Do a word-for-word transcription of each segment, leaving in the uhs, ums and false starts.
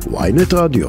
וויינט רדיו.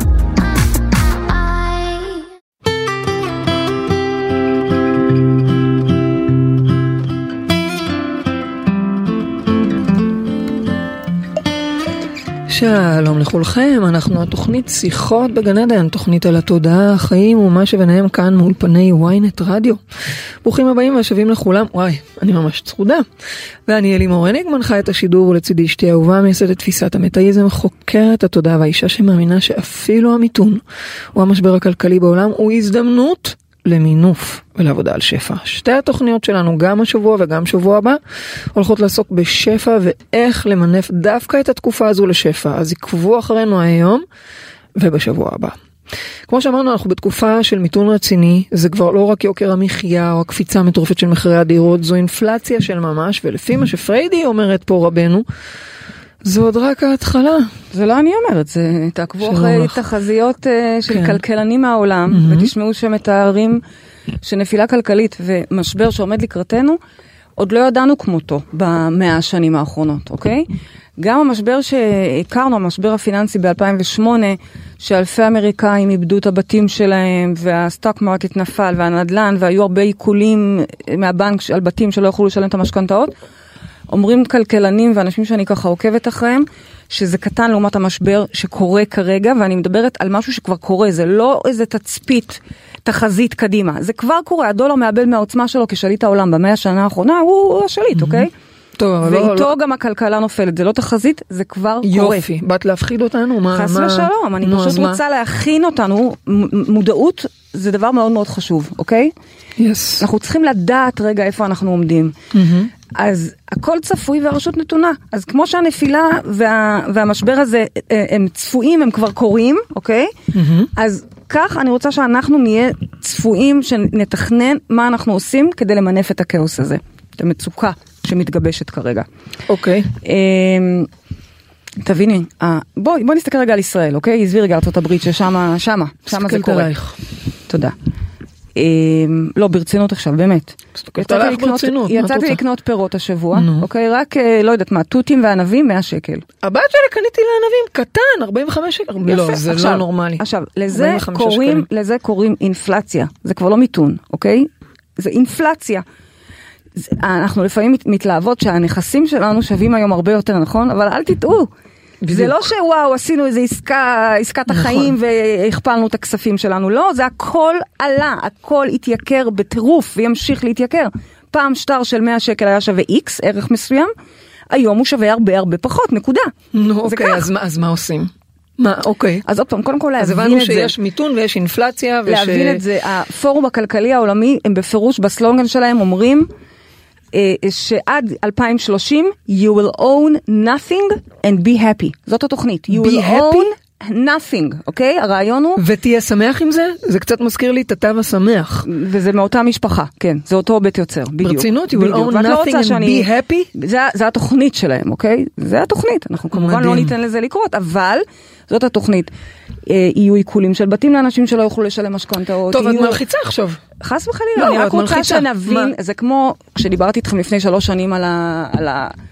שלום לכולכם, אנחנו התוכנית שיחות בגן עדן, תוכנית על התודעה, החיים ומה שביניהם כאן מאולפני וויינט רדיו. ברוכים הבאים והשבים לכולם. וואי, אני ממש צרודה. ואני אלי מורניק, מנחה את השידור לצידי אשתי אהובה, מייסדת תפיסת המטאיזם, חוקרת התודעה והאישה שמאמינה שאפילו המיתון או המשבר הכלכלי בעולם הוא הזדמנות למינוף ולעבודה על שפע. שתי התוכניות שלנו, גם השבוע וגם שבוע הבא, הולכות לעסוק בשפע ואיך למנף דווקא את התקופה הזו לשפע. אז יקבו אחרינו היום ובשבוע הבא. כמו שאמרנו, אנחנו בתקופה של מיתון רציני, זה כבר לא רק יוקר המחיה או הקפיצה המטורפת של מחירי הדירות, זו אינפלציה של ממש, ולפי מה שפריידי אומרת פה רבנו, זו עוד רק ההתחלה. זה לא אני אומרת, זה תעקבו אחרי תחזיות של כן. כלכלנים מהעולם, mm-hmm. ותשמעו שמתארים שנפילה כלכלית ומשבר שעומד לקראתנו, עוד לא ידענו כמותו במאה השנים האחרונות, אוקיי? גם המשבר שהכרנו, המשבר הפיננסי ב-אלפיים ושמונה, שאלפי אמריקאים איבדו את הבתים שלהם, והסטוק מרקט נפל, והנדלן, והיו הרבה עיקולים מהבנק על בתים שלא יכולו לשלם את המשכנתאות, אומרים כלכלנים ואנשים שאני ככה עוקבת אחריהם, שזה קטן לעומת המשבר שקורה כרגע, ואני מדברת על משהו שכבר קורה, זה לא איזה תצפית, תחזית קדימה, זה כבר קורה, הדולר מאבד מהעוצמה שלו כשליט העולם במאה השנה האחרונה, הוא השליט, אוקיי? טוב, ואיתו לא, גם הכלכלה נופלת, זה לא תחזית, זה כבר יופי, קורה. יופי, באת להפחיד אותנו? מה, חס מה... ושלום, אני נו, פשוט רוצה מה? להכין אותנו, מודעות זה דבר מאוד מאוד חשוב, אוקיי? Yes. אנחנו צריכים לדעת רגע איפה אנחנו עומדים. Mm-hmm. אז הכל צפוי והרשות נתונה. אז כמו שהנפילה וה, והמשבר הזה הם צפויים, הם כבר קורים, אוקיי? Mm-hmm. אז כך אני רוצה שאנחנו נהיה צפויים, שנתכנן מה אנחנו עושים כדי למנף את הכאוס הזה. את המצוקה שמתגבשת כרגע. אוקיי. Okay. תביני, בוא, בוא נסתכל רגע על ישראל, אוקיי? עזבי רגע ארצות הברית ששמה, שמה, שמה זה קורה. עלייך. תודה. לא, ברצינות עכשיו, באמת. יצאתי לקנות פירות השבוע, אוקיי? רק, לא יודעת מה, תותים וענבים, מאה שקל. הבת שלי קניתי לענבים, קטן, ארבעים וחמש שקל. לא, זה לא נורמלי. עכשיו, לזה קוראים אינפלציה. זה כבר לא מיתון, אוקיי? זה אינפלציה. אנחנו לפעמים מתלהבות שהנכסים שלנו שווים היום הרבה יותר, נכון? אבל אל תטעו. זה לא שוואו, עשינו איזו עסקה, עסקת החיים והכפלנו את הכספים שלנו. לא, זה הכל עלה, הכל התייקר בטירוף וימשיך להתייקר. פעם שטר של מאה שקל היה שווה X, ערך מסוים, היום הוא שווה הרבה הרבה פחות, נקודה. נו, אוקיי, אז מה עושים? מה, אוקיי. אז עוד פעם, קודם כל להבין את זה. אז הבנו שיש מיתון ויש אינפלציה. להבין את זה, הפורום הכלכלי העולמי, הם בפירוש בסלוגן שלהם אומרים, שעד אלפיים ושלושים you will own nothing and be happy. זאת התוכנית. You will own nothing, אוקיי? הרעיון הוא... ותהיה שמח עם זה? זה קצת מזכיר לי את התו השמח. וזה מאותה משפחה, כן. זה אותו בית יוצר, בדיוק. ברצינות, you will own nothing and be happy? זה, זה התוכנית שלהם, אוקיי? זה התוכנית. אנחנו כמובן לא ניתן לזה לקרות, אבל זאת התוכנית. יהיו עיקולים של בתים לאנשים שלא יוכלו לשלם משכנתאות. טוב, את מלחיצה עכשיו. חס וחלילה, אני רק רוצה שנבין, זה כמו כשדיברתי איתכם לפני שלוש שנים על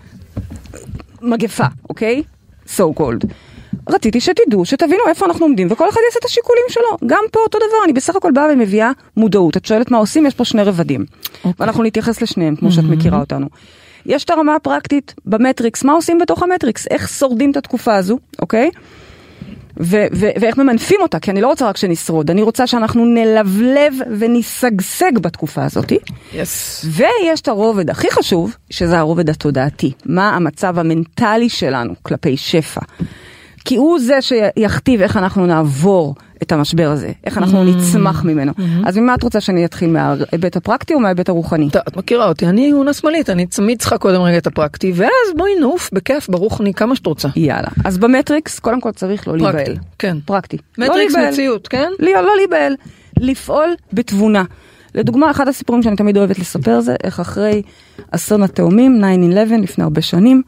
המגפה, אוקיי? So called. רציתי שתדעו, שתבינו איפה אנחנו עומדים, וכל אחד יעשה את השיקולים שלו. גם פה אותו דבר, אני בסך הכל באה ומביאה מודעות. את שואלת מה עושים, יש פה שני רבדים. ואנחנו נתייחס לשניהם, כמו שאת מכירה אותנו. יש את הרמה הפרקטית במטריקס, מה עושים בתוך המטריקס? איך שורדים את התקופה הזו, אוקיי? ו- ו- ואיך ממנפים אותה, כי אני לא רוצה רק שנשרוד, אני רוצה שאנחנו נלבלב ונסגסג בתקופה הזאת. Yes. ויש את הרובד הכי חשוב, שזה הרובד התודעתי. מה המצב המנטלי שלנו כלפי שפע. כי הוא זה שיכתיב איך אנחנו נעבור את המשבר הזה, איך אנחנו נצמח ממנו. אז ממה את רוצה שאני אתחיל, מההיבט הפרקטי או מההיבט הרוחני? את מכירה אותי, אני אונה שמאלית, אני תמיד צריכה קודם רגע את הפרקטי, ואז בואי נעוף בכיף, ברוחני, כמה שאת רוצה. יאללה. אז במטריקס, קודם כל צריך לא להיבהל. כן. פרקטי. מטריקס מציאות, כן? לא, לא להיבהל. לפעול בתבונה. לדוגמה, אחד הסיפורים שאני תמיד אוהבת לספר זה, איך אחרי אסון התאומים, תשע אחת עשרה, לפני הרבה שנים,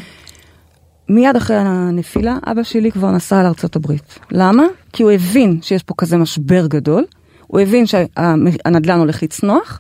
מיד אחרי הנפילה, אבא שלי כבר נסע לארצות הברית. למה? כי הוא הבין שיש פה כזה משבר גדול, הוא הבין שהנדל"ן הולך לצנוח,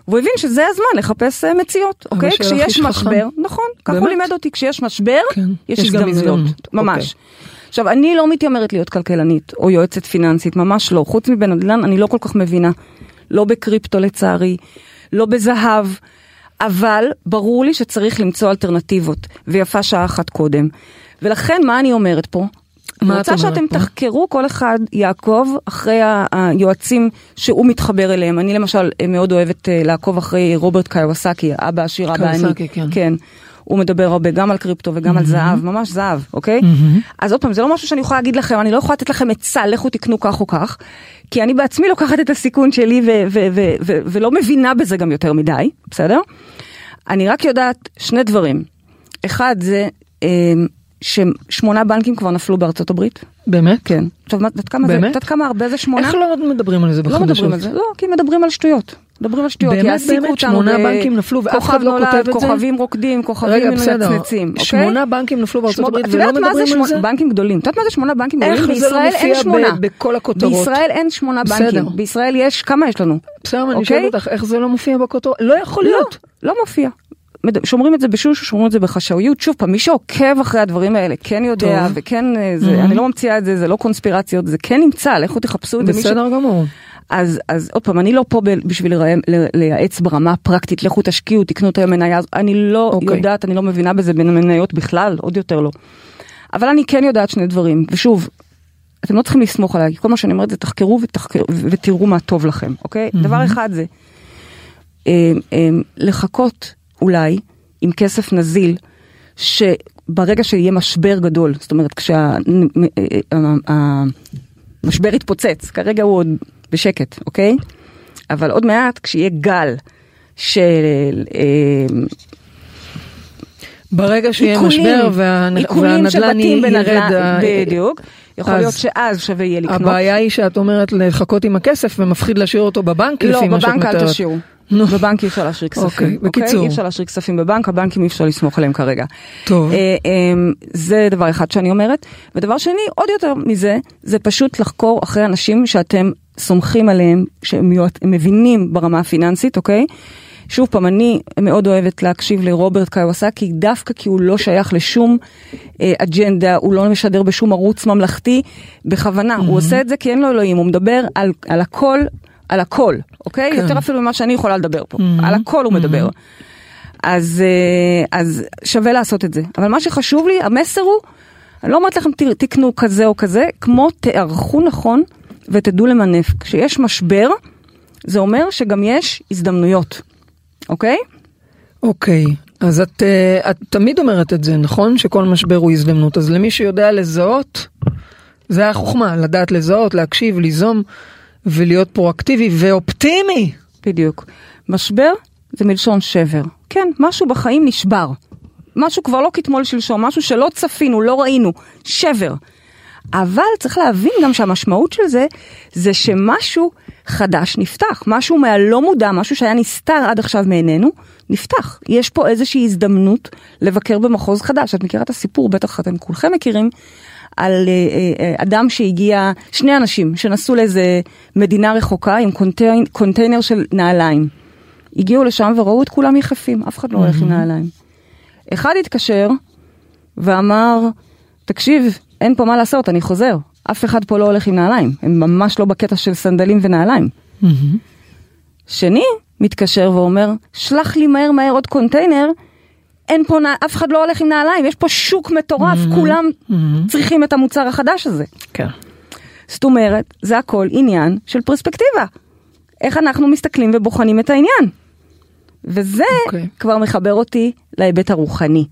והוא הבין שזה הזמן לחפש מציאות, אוקיי? כשיש משבר, נכון, ככה הוא לימד אותי, כשיש משבר, יש הזדמנויות, ממש. עכשיו, אני לא מתיימרת להיות כלכלנית, או יועצת פיננסית, ממש לא. חוץ מבן נדל"ן, אני לא כל כך מבינה. לא בקריפטו לצערי, לא בזהב, אבל ברור לי שצריך למצוא אלטרנטיבות, ויפה שעה אחת קודם. ולכן, מה אני אומרת פה? אני רוצה שאתם תחקרו, כל אחד יעקוב אחרי היועצים שהוא מתחבר אליהם. אני למשל מאוד אוהבת לעקוב אחרי רוברט קיוסקי, אבא עשיר, אבא אני. כן. הוא מדבר הרבה גם על קריפטו וגם על זהב, ממש זהב, אוקיי? אז עוד פעם, זה לא משהו שאני יכולה להגיד לכם, אני לא יכולה לתת לכם עצה, לכו תקנו כך או כך, כי אני בעצמי לוקחת את הסיכון שלי ולא מבינה בזה גם יותר מדי, בסדר? אני רק יודעת שני דברים. אחד זה ששמונה בנקים כבר נפלו בארצות הברית. באמת? כן. עכשיו, את כמה הרבה זה שמונה? איך לא מדברים על זה בחדשות? לא מדברים על זה, לא, כי מדברים על שטויות. מדברים על שטויות, יעסיקו אותנו. שמונה בנקים נפלו ואף אחד לא כותב את זה? כוכבים רוקדים, כוכבים מנצנצים. שמונה בנקים נפלו בארצות הברית ולא מדברים על זה? בנקים גדולים. את יודעת מה זה שמונה בנקים גדולים? איך זה לא מופיע בכל הכותרות? בישראל אין שמונה בנקים. בישראל יש, כמה יש לנו? בסדר, אני שואלת אותך, איך זה לא מופיע בכותרות? לא יכול להיות. לא מופיע. שומרים את זה בשוש, שומרים את זה בחשאיות. שוב פעם, מי שעוקב אחרי הדברים האלה, כן יודע, וכן, אני לא ממציאה את זה, זה לא קונספירציות, זה כן נמצא, לכו תחפשו את זה. בסדר גמור. אז, אז עוד פעם, אני לא פה בשביל לייעץ ברמה פרקטית, לכו תשקיעו, תקנו את המניה, אני לא okay. יודעת, אני לא מבינה בזה בין המניות בכלל, עוד יותר לא. אבל אני כן יודעת שני דברים, ושוב, אתם לא צריכים לסמוך עליי, כל מה שאני אומרת זה תחקרו ותחקרו, ותראו מה טוב לכם, אוקיי? Okay? Mm-hmm. דבר אחד זה, אה, אה, לחכות אולי עם כסף נזיל, שברגע שיהיה משבר גדול, זאת אומרת, כשהמשבר יתפוצץ, כרגע הוא עוד בשקט, אוקיי? אבל עוד מעט, כשיהיה גל של... ברגע שיהיה משבר והנדל"ן ירד... בדיוק. יכול להיות שאז שווה יהיה לקנות. הבעיה היא שאת אומרת לחכות עם הכסף ומפחיד להשאיר אותו בבנק לפי מה שאת מתארת. לא, בבנק אל תשאירו. בבנק אי אפשר להשאיר כספים. בקיצור. אי אפשר להשאיר כספים בבנק, הבנקים אי אפשר לסמוך עליהם כרגע. טוב. זה דבר אחד שאני אומרת. ודבר שני, עוד יותר מזה, זה פשוט לחקור אחרי אנשים שאתם סומכים עליהם, שהם מבינים ברמה הפיננסית, אוקיי? שוב פעם, אני מאוד אוהבת להקשיב לרוברט קיוסקי, דווקא כי הוא לא שייך לשום אה, אג'נדה, הוא לא משדר בשום ערוץ ממלכתי, בכוונה. Mm-hmm. הוא עושה את זה כי אין לו אלוהים, הוא מדבר על, על הכל, על הכל, אוקיי? כן. יותר אפילו ממה שאני יכולה לדבר פה. Mm-hmm. על הכל הוא מדבר. Mm-hmm. אז, אה, אז שווה לעשות את זה. אבל מה שחשוב לי, המסר הוא, אני לא אומרת לכם תקנו כזה או כזה, כמו תערכו נכון ותדעו למנף. כשיש משבר, זה אומר שגם יש הזדמנויות. אוקיי? אוקיי. אז את, את תמיד אומרת את זה, נכון? שכל משבר הוא הזדמנות. אז למי שיודע לזהות, זה החוכמה, לדעת לזהות, להקשיב, ליזום, ולהיות פרואקטיבי ואופטימי. בדיוק. משבר זה מלשון שבר. כן, משהו בחיים נשבר. משהו כבר לא כתמול שלשום, משהו שלא צפינו, לא ראינו. שבר. אבל צריך להבין גם שהמשמעות של זה, זה שמשהו חדש נפתח. משהו מהלא מודע, משהו שהיה נסתר עד עכשיו מעינינו, נפתח. יש פה איזושהי הזדמנות לבקר במחוז חדש. את מכירה את הסיפור, בטח אתם כולכם מכירים, על אדם שהגיע, שני אנשים שנסעו לאיזה מדינה רחוקה עם קונטיינר, קונטיינר של נעליים. הגיעו לשם וראו את כולם יחפים, אף אחד לא הולך עם נעליים. אחד התקשר ואמר, תקשיב, אין פה מה לעשות, אני חוזר. אף אחד פה לא הולך עם נעליים. הם ממש לא בקטע של סנדלים ונעליים. שני מתקשר ואומר, שלח לי מהר מהר עוד קונטיינר, אין פה, אף אחד לא הולך עם נעליים, יש פה שוק מטורף, כולם צריכים את המוצר החדש הזה. כן. זאת אומרת, זה הכל עניין של פרספקטיבה. איך אנחנו מסתכלים ובוחנים את העניין. וזה כבר מחבר אותי להיבט הרוחני.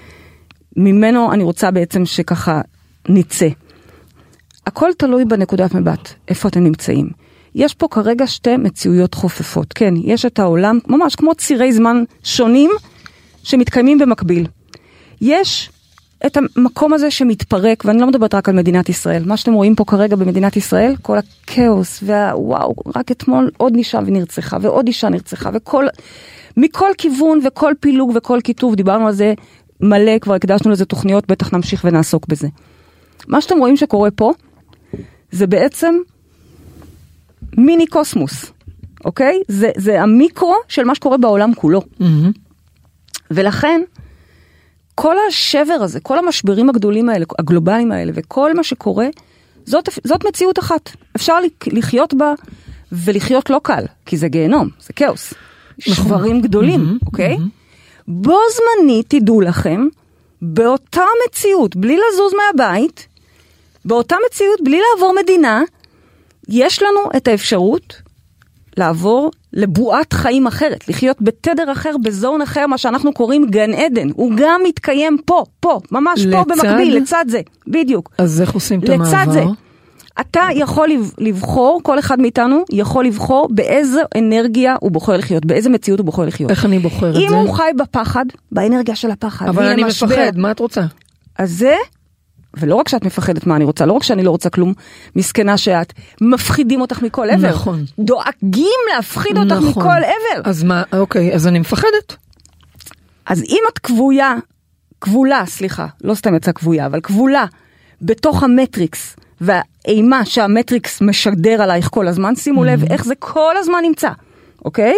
ממנו אני רוצה בעצם שככה נצא. הכל תלוי בנקודת מבט, איפה אתם נמצאים. יש פה כרגע שתי מציאויות חופפות. כן, יש את העולם, ממש כמו צירי זמן שונים, שמתקיימים במקביל. יש את המקום הזה שמתפרק, ואני לא מדברת רק על מדינת ישראל. מה שאתם רואים פה כרגע במדינת ישראל, כל הכאוס, והוואו, רק אתמול עוד אישה ונרצחה, ועוד אישה נרצחה, וכל, מכל כיוון וכל פילוג וכל כיתוב, דיברנו על זה מלא, כבר הקדשנו לזה תוכניות, בטח נמשיך ונעסוק בזה. מה שאתם רואים שקורה פה, זה בעצם מיני קוסמוס, אוקיי? זה, זה המיקרו של מה שקורה בעולם כולו. ולכן, כל השבר הזה, כל המשברים הגדולים האלה, הגלובליים האלה, וכל מה שקורה, זאת, זאת מציאות אחת. אפשר לחיות בה, ולחיות לא קל, כי זה גיהנום, זה כאוס. שברים גדולים, אוקיי? בו זמני, תדעו לכם, באותה מציאות, בלי לזוז מהבית, באותה מציאות, בלי לעבור מדינה, יש לנו את האפשרות לעבור לבועת חיים אחרת, לחיות בתדר אחר, בזון אחר, מה שאנחנו קוראים גן עדן. הוא גם מתקיים פה, פה, ממש לצד? פה במקביל, לצד זה, בדיוק. אז איך עושים את המעבר? לצד זה. אתה יכול לבחור, כל אחד מאיתנו יכול לבחור באיזה אנרגיה הוא בוחר לחיות, באיזה מציאות הוא בוחר לחיות. איך אני בוחר את אם זה? אם הוא חי בפחד, באנרגיה של הפחד. אבל אני משבר, מפחד, מה את רוצה? אז זה, ולא רק שאת מפחדת מה אני רוצה, לא רק שאני לא רוצה כלום, מסכנה שאת, מפחידים אותך מכל עבר. נכון. דואגים להפחיד אותך נכון. מכל עבר. אז מה, אוקיי, אז אני מפחדת. אז אם את כבויה, כבולה, סליחה, לא סתם יצא כבויה, אבל כבולה, בתוך המטריקס, והאימה שהמטריקס משדר עלייך כל הזמן, שימו לב איך זה כל הזמן נמצא, אוקיי?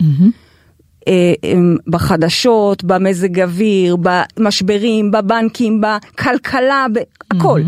בחדשות, במזג אוויר, במשברים, בבנקים, בכלכלה, הכל.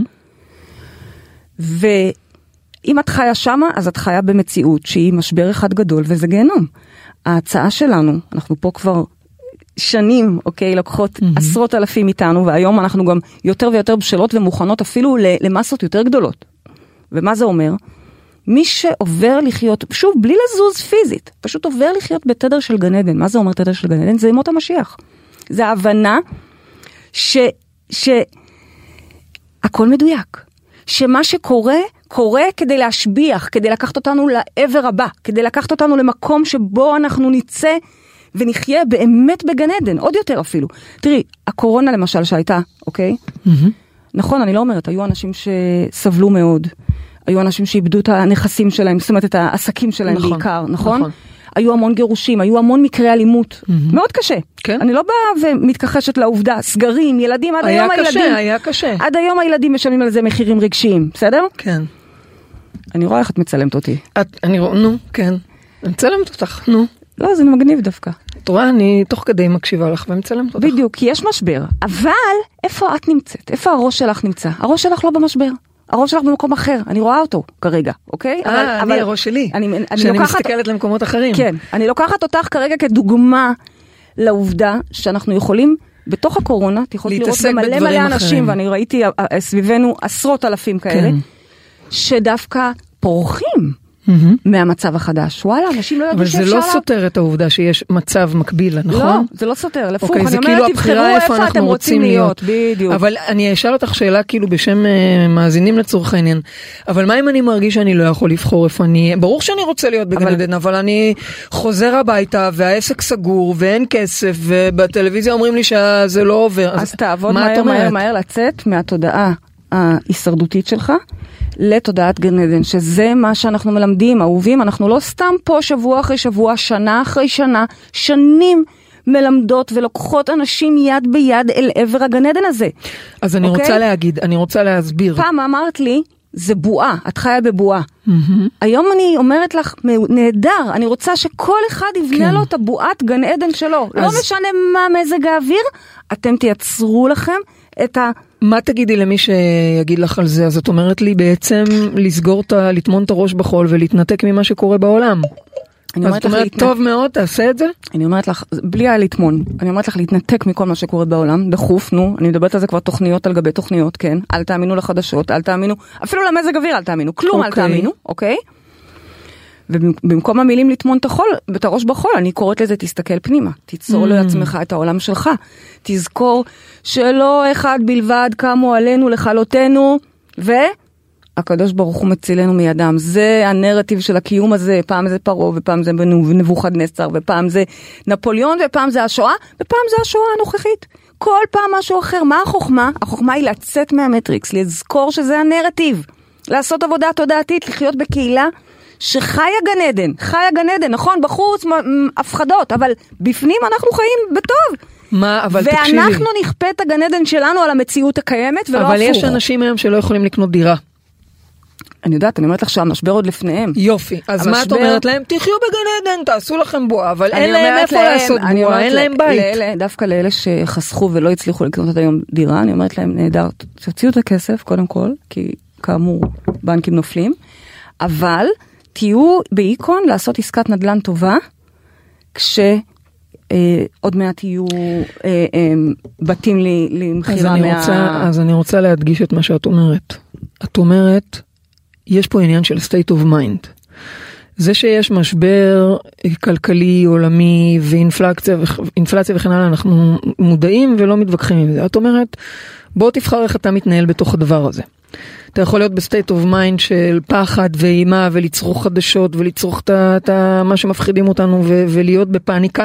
ואם את חיה שמה, אז את חיה במציאות שהיא משבר אחד גדול, וזה גיהנום. ההצעה שלנו, אנחנו פה כבר שנים, אוקיי, לקוחות mm-hmm. עשרות אלפים איתנו, והיום אנחנו גם יותר ויותר בשלות ומוכנות אפילו למסות יותר גדולות. ומה זה אומר? מי שעובר לחיות, שוב, בלי לזוז פיזית, פשוט עובר לחיות בתדר של גן עדן. מה זה אומר תדר של גן עדן? זה ימות המשיח. זה ההבנה ש, ש, הכל מדויק. שמה שקורה, קורה כדי להשביח, כדי לקחת אותנו לעבר הבא, כדי לקחת אותנו למקום שבו אנחנו נצא ונחיה באמת בגן עדן, עוד יותר אפילו. תראי, הקורונה למשל שהייתה, אוקיי? Mm-hmm. נכון, אני לא אומרת, היו אנשים שסבלו מאוד, היו אנשים שאיבדו את הנכסים שלהם, זאת אומרת את העסקים שלהם נכון, בעיקר, נכון? נכון? היו המון גירושים, היו המון מקרי אלימות, mm-hmm. מאוד קשה. כן? אני לא באה ומתכחשת לעובדה, סגרים, ילדים, עד היום קשה, הילדים, היה קשה. עד היום הילדים משלמים על זה מחירים רגשיים, בסדר? כן. אני רואה איך את מצלמת אותי. את, אני רואה, נו, כן. אני מצלמת אותך, נו. לא, זה מגניב דווקא. את רואה, אני תוך כדי מקשיבה לך ומצלמת אותך. בדיוק, כי יש משבר. אבל, איפה את נמצאת? איפה הראש שלך נמצא? הראש שלך לא במשבר. הראש שלך במקום אחר. אני רואה אותו כרגע, אוקיי? אה, אני הראש שלי. שאני מסתכלת למקומות אחרים. כן, אני לוקחת אותך כרגע כדוגמה לעובדה שאנחנו יכולים, בתוך הקורונה, את יכולת לראות במלא מלא אנשים, ואני ראיתי סביבנו עשרות אלפים כאלה, שדווקא פורחים. מהמצב החדש. וואלה, אנשים לא יודעים שאפשר... אבל זה לא סותר את העובדה שיש מצב מקביל, נכון? לא, זה לא סותר, לפוך, אני אומרת, תבחרו איפה אתם רוצים להיות, בדיוק. אבל אני אשאל אותך שאלה כאילו בשם מאזינים לצורך העניין, אבל מה אם אני מרגיש שאני לא יכול לבחור איפה אני... ברור שאני רוצה להיות בגן עדן, אבל אני חוזר הביתה, והעסק סגור, ואין כסף, ובטלוויזיה אומרים לי שזה לא עובר. אז תעבוד מהר מהר מהר לצאת מהתודעה ההישרדותית שלך, לתודעת גן עדן, שזה מה שאנחנו מלמדים, אהובים, אנחנו לא סתם פה שבוע אחרי שבוע, שנה אחרי שנה, שנים מלמדות ולוקחות אנשים יד ביד אל עבר הגן עדן הזה. אז אני רוצה להגיד, אני רוצה להסביר. פעם אמרת לי, זה בועה, את חיה בבועה. היום אני אומרת לך, נהדר, אני רוצה שכל אחד יבנה לו את הבועת גן עדן שלו. לא משנה מה מזג האוויר, אתם תייצרו לכם את ה... מה תגידי למי שיגיד לך על זה? אז את אומרת לי בעצם לסגור את ה... לטמון את הראש בחול ולהתנתק ממה שקורה בעולם. אז את אומרת, טוב מאוד, תעשה את זה? אני אומרת לך, בלי היה לטמון, אני אומרת לך להתנתק מכל מה שקורה בעולם, דחוף, נו, אני מדברת על זה כבר תוכניות על גבי תוכניות, כן? אל תאמינו לחדשות, אל תאמינו, אפילו למזג אוויר אל תאמינו, כלום אל תאמינו, אוקיי? ובמקום המילים לטמון את החול, את הראש בחול, אני קוראת לזה, תסתכל פנימה, תיצור לעצמך את העולם שלך, תזכור שלא אחד בלבד קמו עלינו לכלותנו, והקדוש ברוך הוא מצילנו מידם. זה הנרטיב של הקיום הזה, פעם זה פרעה, ופעם זה נבוכדנצר, ופעם זה נפוליאון, ופעם זה השואה, ופעם זה השואה הנוכחית. כל פעם משהו אחר. מה החוכמה? החוכמה היא לצאת מהמטריקס, לזכור שזה הנרטיב, לעשות עבודה תודעתית, לחיות בקהילה, שחיה גן עדן, חיה גן עדן, נכון, בחוץ הפחדות, אבל בפנים אנחנו חיים בטוב. מה, אבל תקשיבי. ואנחנו נכפה את הגן עדן שלנו על המציאות הקיימת, ולא הפוך. אבל יש אנשים היום שלא יכולים לקנות דירה. אני יודעת, אני אומרת לך שהמשבר עוד לפניהם. יופי, אז המשבר... מה את אומרת להם? תחיו בגן עדן, תעשו לכם בועה, אבל אין להם איפה להם, לעשות בועה, אין להם בית. לאלה, דווקא לאלה שחסכו ולא הצליחו לקנות את היום דירה, אני אומרת להם, נהדר, תוציאו את הכסף, קודם כל, כי כאמור, בנקים נופלים, אבל תהיו באיקון לעשות עסקת נדל"ן טובה, כש... אה, עוד מעט יהיו אה, אה, בתים למחירה אז מה... רוצה, אז אני רוצה להדגיש את מה שאת אומרת. את אומרת, יש פה עניין של state of mind. זה שיש משבר כלכלי, עולמי, ואינפלציה, אינפלציה וכן הלאה, אנחנו מודעים ולא מתווכחים עם זה. את אומרת, בוא תבחר איך אתה מתנהל בתוך הדבר הזה. אתה יכול להיות בסטייט אוף מיינד של פחד ואימה ולצרוך חדשות ולצרוך את מה שמפחידים אותנו ו- ולהיות בפאניקה.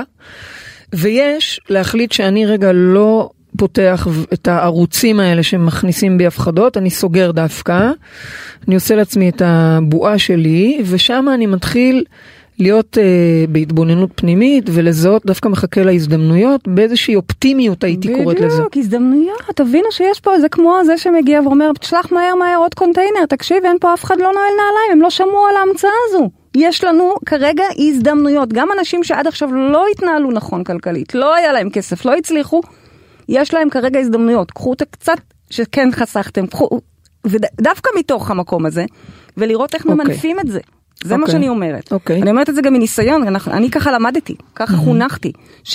ויש להחליט שאני רגע לא פותח את הערוצים האלה שמכניסים בי הפחדות, אני סוגר דווקא, אני עושה לעצמי את הבועה שלי, ושם אני מתחיל להיות אה, בהתבוננות פנימית, ולזהות דווקא מחכה להזדמנויות, באיזושהי אופטימיות הייתי בדיוק, קוראת לזה. בדיוק, הזדמנויות, תבינו שיש פה, זה כמו זה שמגיע ואומר, תשלח מהר מהר עוד קונטיינר, תקשיב, אין פה אף אחד לא נועל נעליים, הם לא שמעו על ההמצאה הזו. יש לנו כרגע הזדמנויות, גם אנשים שעד עכשיו לא התנהלו נכון כלכלית, לא היה להם כסף, לא הצליחו, יש להם כרגע הזדמנויות, קחו את קצת שכן חסכתם, קחו, ודווקא מתוך המקום הזה, ולראות איך ממנפים את זה. זה מה שאני אומרת. אני אומרת את זה גם מניסיון, אני ככה למדתי, ככה חונכתי,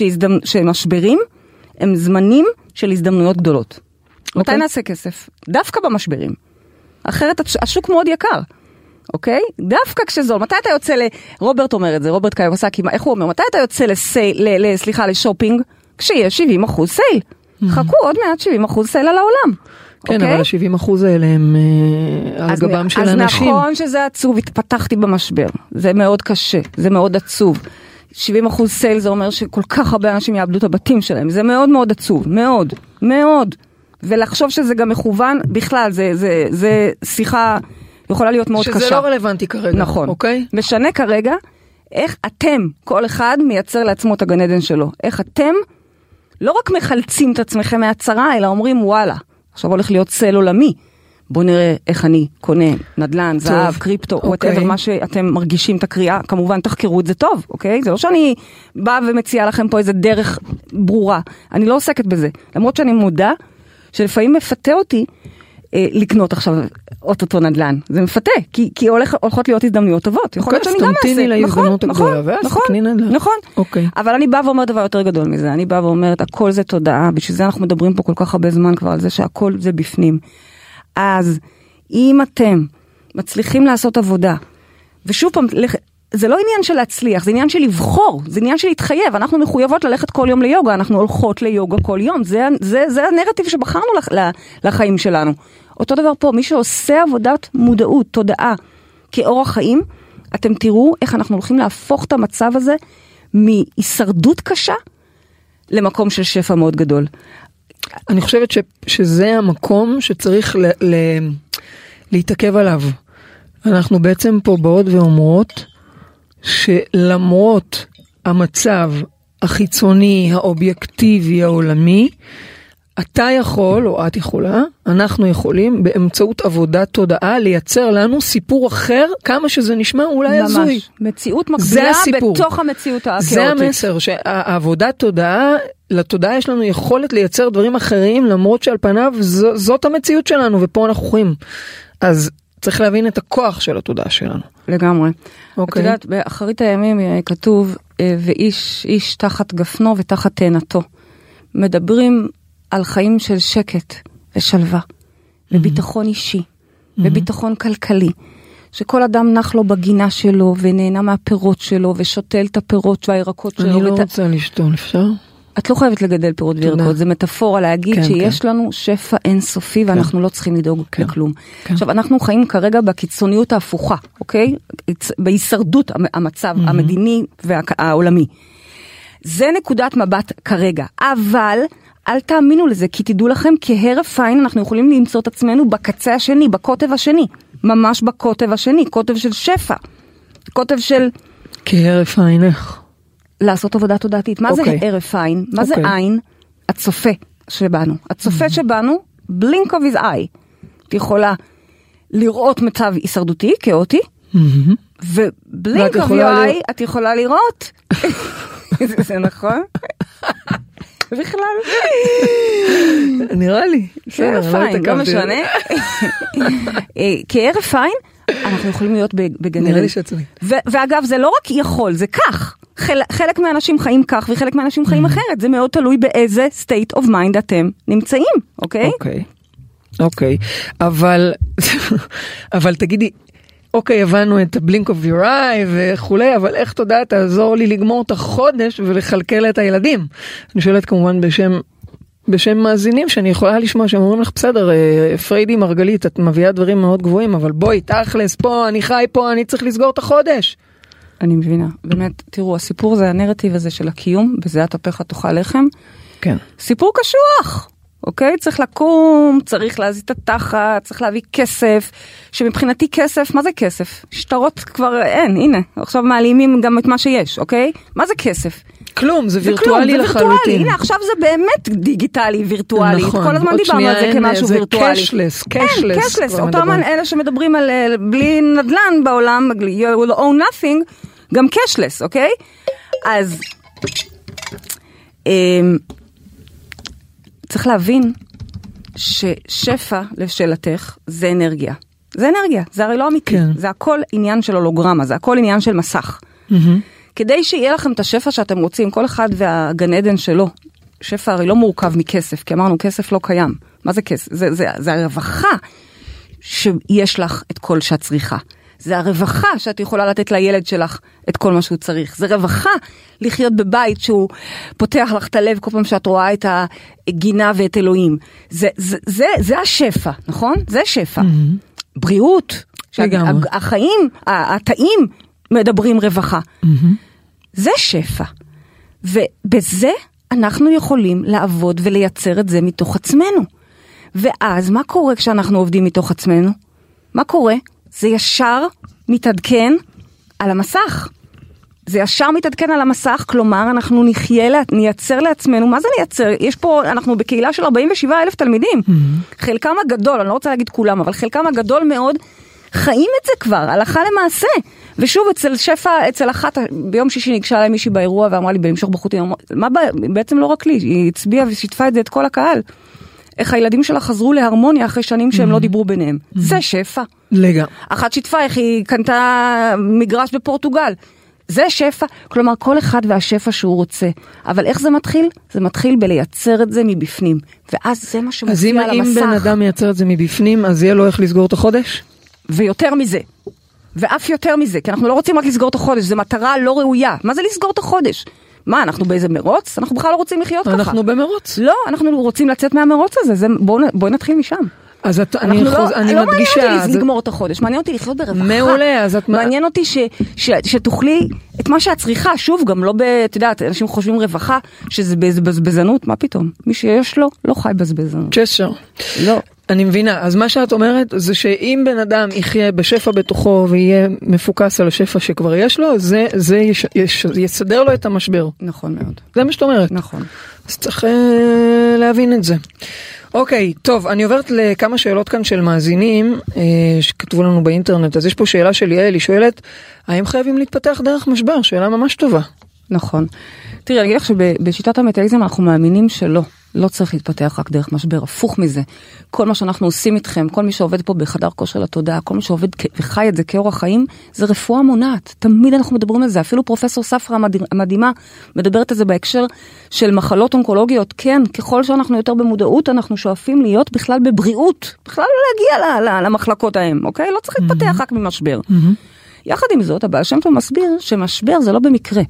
שמשברים הם זמנים של הזדמנויות גדולות. מתי נעשה כסף? דווקא במשברים. אחרת השוק מאוד יקר. אוקיי? דווקא כשזול. מתי אתה יוצא ל... רוברט אומר את זה, רוברט קיוסקי, איך הוא אומר? מתי אתה יוצא לסייל, סליחה, לשופינג? כשיש שבעים אחוז סייל. חכו עוד מעט שבעים אחוז סייל על העולם. כן, אבל ה-שבעים אחוז האלה הם על גבם של אנשים. אז נכון שזה עצוב, התפתחתי במשבר. זה מאוד קשה, זה מאוד עצוב. שבעים אחוז סייל זה אומר שכל כך הרבה אנשים יאבדו את הבתים שלהם. זה מאוד מאוד עצוב, מאוד, מאוד. ולחשוב שזה גם מכוון, בכלל, זה, זה, זה שיחה יכולה להיות מאוד קשה. שזה לא רלוונטי כרגע. נכון. אוקיי? משנה כרגע, איך אתם, כל אחד מייצר לעצמו את הגן עדן שלו. איך אתם לא רק מחלצים את עצמכם מהצרה, אלא אומרים וואלה. עכשיו הולך להיות סל עולמי. בוא נראה איך אני קונה נדל"ן, זהב, קריפטו, whatever, מה שאתם מרגישים את הקריאה, כמובן תחקרו את זה טוב, אוקיי? זה לא שאני באה ומציעה לכם פה איזה דרך ברורה. אני לא עוסקת בזה. למרות שאני מודע שלפעמים מפתה אותי אה, לקנות עכשיו אוטוטו נדל"ן. זה מפתה, כי, כי הולך, הולכות להיות הזדמנויות טובות. יכול להיות שאני גם אעשה. נכון, נכון, נכון, נכון. אוקיי. אבל אני באה ואומרת דבר יותר גדול מזה. אני באה ואומרת, הכל זה תודעה. בשביל זה אנחנו מדברים פה כל כך הרבה זמן כבר על זה שהכל זה בפנים. אז אם אתם מצליחים לעשות עבודה, ושוב פעם, זה לא עניין של להצליח, זה עניין של לבחור, זה עניין של להתחייב, אנחנו מחויבות ללכת כל יום ליוגה, אנחנו הולכות ליוגה כל יום, זה, זה, זה הנרטיב שבחרנו לחיים שלנו. אותו דבר פה, מי שעושה עבודת מודעות, תודעה, כאורח חיים, אתם תראו איך אנחנו הולכים להפוך את המצב הזה, מהישרדות קשה, למקום של שפע מאוד גדול. אני חושבת ש, שזה המקום שצריך ל, ל, להתעכב עליו. אנחנו בעצם פה באות ואומרות שלמרות המצב החיצוני, האובייקטיבי, העולמי, אתה יכול, או את יכולה, אנחנו יכולים, באמצעות עבודת תודעה, לייצר לנו סיפור אחר, כמה שזה נשמע אולי הזוי. ממש, מציאות מקבילה בתוך המציאות הכאוטית. זה המסר, שהעבודת תודעה, לתודעה יש לנו יכולת לייצר דברים אחרים, למרות שעל פניו ז, זאת המציאות שלנו, ופה אנחנו חיים. אז צריך להבין את הכוח של התודעה שלנו. לגמרי. אוקיי. את יודעת, באחרית הימים כתוב, ואיש איש תחת גפנו ותחת תאנתו. מדברים על חיים של שקט ושלווה, וביטחון אישי, וביטחון כלכלי, שכל אדם נח לו בגינה שלו, ונהנה מהפירות שלו, ושותל את הפירות והירקות שלו. אני לא רוצה לשתול, אפשר? את לא חייבת לגדל פירות וירקות, זה מטאפורה להגיד שיש לנו שפע אינסופי, ואנחנו לא צריכים לדאוג לכלום. עכשיו, אנחנו חיים כרגע בקיצוניות ההפוכה, אוקיי? בהישרדות המצב המדיני והעולמי. זה נקודת מבט כרגע, אבל אל תאמינו לזה, כי תדעו לכם, כהרף עין אנחנו יכולים למצוא את עצמנו בקצה השני, בקוטב השני, ממש בקוטב השני, קוטב של שפע, קוטב של... כהרף עין, איך? לעשות עבודה תודעתית. מה זה הרף עין? מה זה עין? הצופה שבנו. הצופה שבנו, blink of his eye, יכולה לראות מצב הישרדותי, כאוטי, ובלינק of your eye את יכולה לראות. זה נכון? בכלל. נראה לי. כערף עין, לא משנה. כערף עין, אנחנו יכולים להיות בגן עדן. נראה לי שעצמי. ואגב, זה לא רק יכול, זה כך. חלק מהאנשים חיים כך, וחלק מהאנשים חיים אחרת. זה מאוד תלוי באיזה state of mind אתם נמצאים, אוקיי? אוקיי. אוקיי. אבל, אבל תגידי, אוקיי, הבנו את ה-blink of your eye וכולי, אבל איך תודה תעזור לי לגמור את החודש ולחלקל את הילדים? אני שואלת כמובן בשם, בשם מאזינים שאני יכולה לשמוע שהם אומרים לך, בסדר, פריידי מרגלית, את מביאה דברים מאוד גבוהים, אבל בואי, תכלס, פה, אני חי פה, אני צריך לסגור את החודש. אני מבינה. באמת, תראו, הסיפור זה הנרטיב הזה של הקיום, בזה התפך תאכל לחם. כן. סיפור קשוח. אוקיי? צריך לקום, צריך להזיז את התחת, צריך להביא כסף, שמבחינתי כסף, מה זה כסף? שטרות כבר אין, הנה, עכשיו מעלימים גם את מה שיש, אוקיי? מה זה כסף? כלום, זה וירטואלי לחלוטין. הנה, עכשיו זה באמת דיגיטלי, וירטואלי. נכון. כל הזמן דיברנו על זה כמשהו וירטואלי. זה קשלס, קשלס. אין, קשלס. אותם אלה שמדברים על בלי נדל"ן בעולם, you will own nothing, גם קשלס, אוקיי? אז... צריך להבין ששפע לשאלתך זה אנרגיה. זה אנרגיה, זה הרי לא אמיתי. כן. זה הכל עניין של הולוגרמה, זה הכל עניין של מסך. Mm-hmm. כדי שיהיה לכם את השפע שאתם רוצים, כל אחד והגן עדן שלו, שפע הרי לא מורכב מכסף, כי אמרנו כסף לא קיים. מה זה כסף? זה, זה, זה הרווחה שיש לך את כל שאת צריכה. זה הרווחה שאת יכולה לתת לילד שלך את כל מה שהוא צריך. זה רווחה לחיות בבית שהוא פותח לך את הלב כל פעם שאת רואה את הגינה ואת אלוהים. זה, זה, זה, זה השפע, נכון? זה שפע. Mm-hmm. בריאות. החיים, התאים מדברים רווחה. Mm-hmm. זה שפע. ובזה אנחנו יכולים לעבוד ולייצר את זה מתוך עצמנו. ואז מה קורה כשאנחנו עובדים מתוך עצמנו? מה קורה? זה ישר מתעדכן על המסך. זה ישר מתעדכן על המסך, כלומר, אנחנו נחיה, נייצר לעצמנו, מה זה נייצר? יש פה, אנחנו בקהילה של ארבעים ושבעה אלף תלמידים. Mm-hmm. חלקם הגדול, אני לא רוצה להגיד כולם, אבל חלקם הגדול מאוד, חיים את זה כבר, הלכה למעשה. ושוב, אצל שפע, אצל אחת, ביום שישי ניגשה עליי מישהי באירוע, ואמרה לי, במשוך בחוטים, מה, בעצם לא רק לי, היא הצביעה ושיתפה את זה את כל הקהל. איך הילדים שלה חזרו להרמוניה אחרי שנים שהם mm-hmm. לא דיברו ביניהם. Mm-hmm. זה שפע. לגמרי. אחת שיתפה איך היא קנתה מגרש בפורטוגל. זה שפע. כלומר, כל אחד והשפע שהוא רוצה. אבל איך זה מתחיל? זה מתחיל בלייצר את זה מבפנים. ואז זה מה שמופיע על המסך. אז אם בן אדם מייצר את זה מבפנים, אז יהיה לו איך לסגור את החודש? ויותר מזה. ואף יותר מזה. כי אנחנו לא רוצים רק לסגור את החודש. זו מטרה לא ראויה. מה זה לסגור את החודש? מה, אנחנו באיזה מרוץ? אנחנו בכלל לא רוצים לחיות ככה. אנחנו במרוץ. לא, אנחנו רוצים לצאת מהמרוץ הזה. זה, בואו, בואו נתחיל משם. אז את, אני, לא, חוז, אני לא מדגישה. לא מעניין אותי לגמור את החודש, מעניין אותי לחיות ברווחה. מעולה, אז את... מעניין אותי ש, ש, שתוכלי את מה שאת צריכה, שוב, גם לא, את יודעת, אנשים חושבים רווחה, שזה בזבזנות, מה פתאום? מי שיש לו, לא חי בזבזנות. צ'שר. לא. אני מבינה, אז מה שאת אומרת, זה שאם בן אדם יחיה בשפע בתוכו, ויהיה מפוקס על השפע שכבר יש לו, זה, זה יש, יש, יסדר לו את המשבר. נכון מאוד. זה מה שאת אומרת. נכון. אז צריך אה, להבין את זה. אוקיי, טוב, אני עוברת לכמה שאלות כאן של מאזינים, אה, שכתבו לנו באינטרנט. אז יש פה שאלה של יעל, היא שואלת, האם חייבים להתפתח דרך משבר? שאלה ממש טובה. נכון. תראי, אני אגיד לך שבשיטת המטאיזם אנחנו מאמינים שלא. לא צריך להתפתח רק דרך משבר, הפוך מזה. כל מה שאנחנו עושים איתכם, כל מי שעובד פה בחדר כושר לתודעה, כל מי שעובד וחי את זה כאורח חיים, זה רפואה מונעת. תמיד אנחנו מדברים על זה. אפילו פרופסור ספרה המדהימה מדברת על זה בהקשר של מחלות אונקולוגיות. כן, ככל שאנחנו יותר במודעות, אנחנו שואפים להיות בכלל בבריאות. בכלל לא להגיע למחלקות ההם, אוקיי? לא צריך להתפתח רק ממשבר. יחד עם זאת, הבעל שם טוב מסביר שמשבר זה לא במקרה.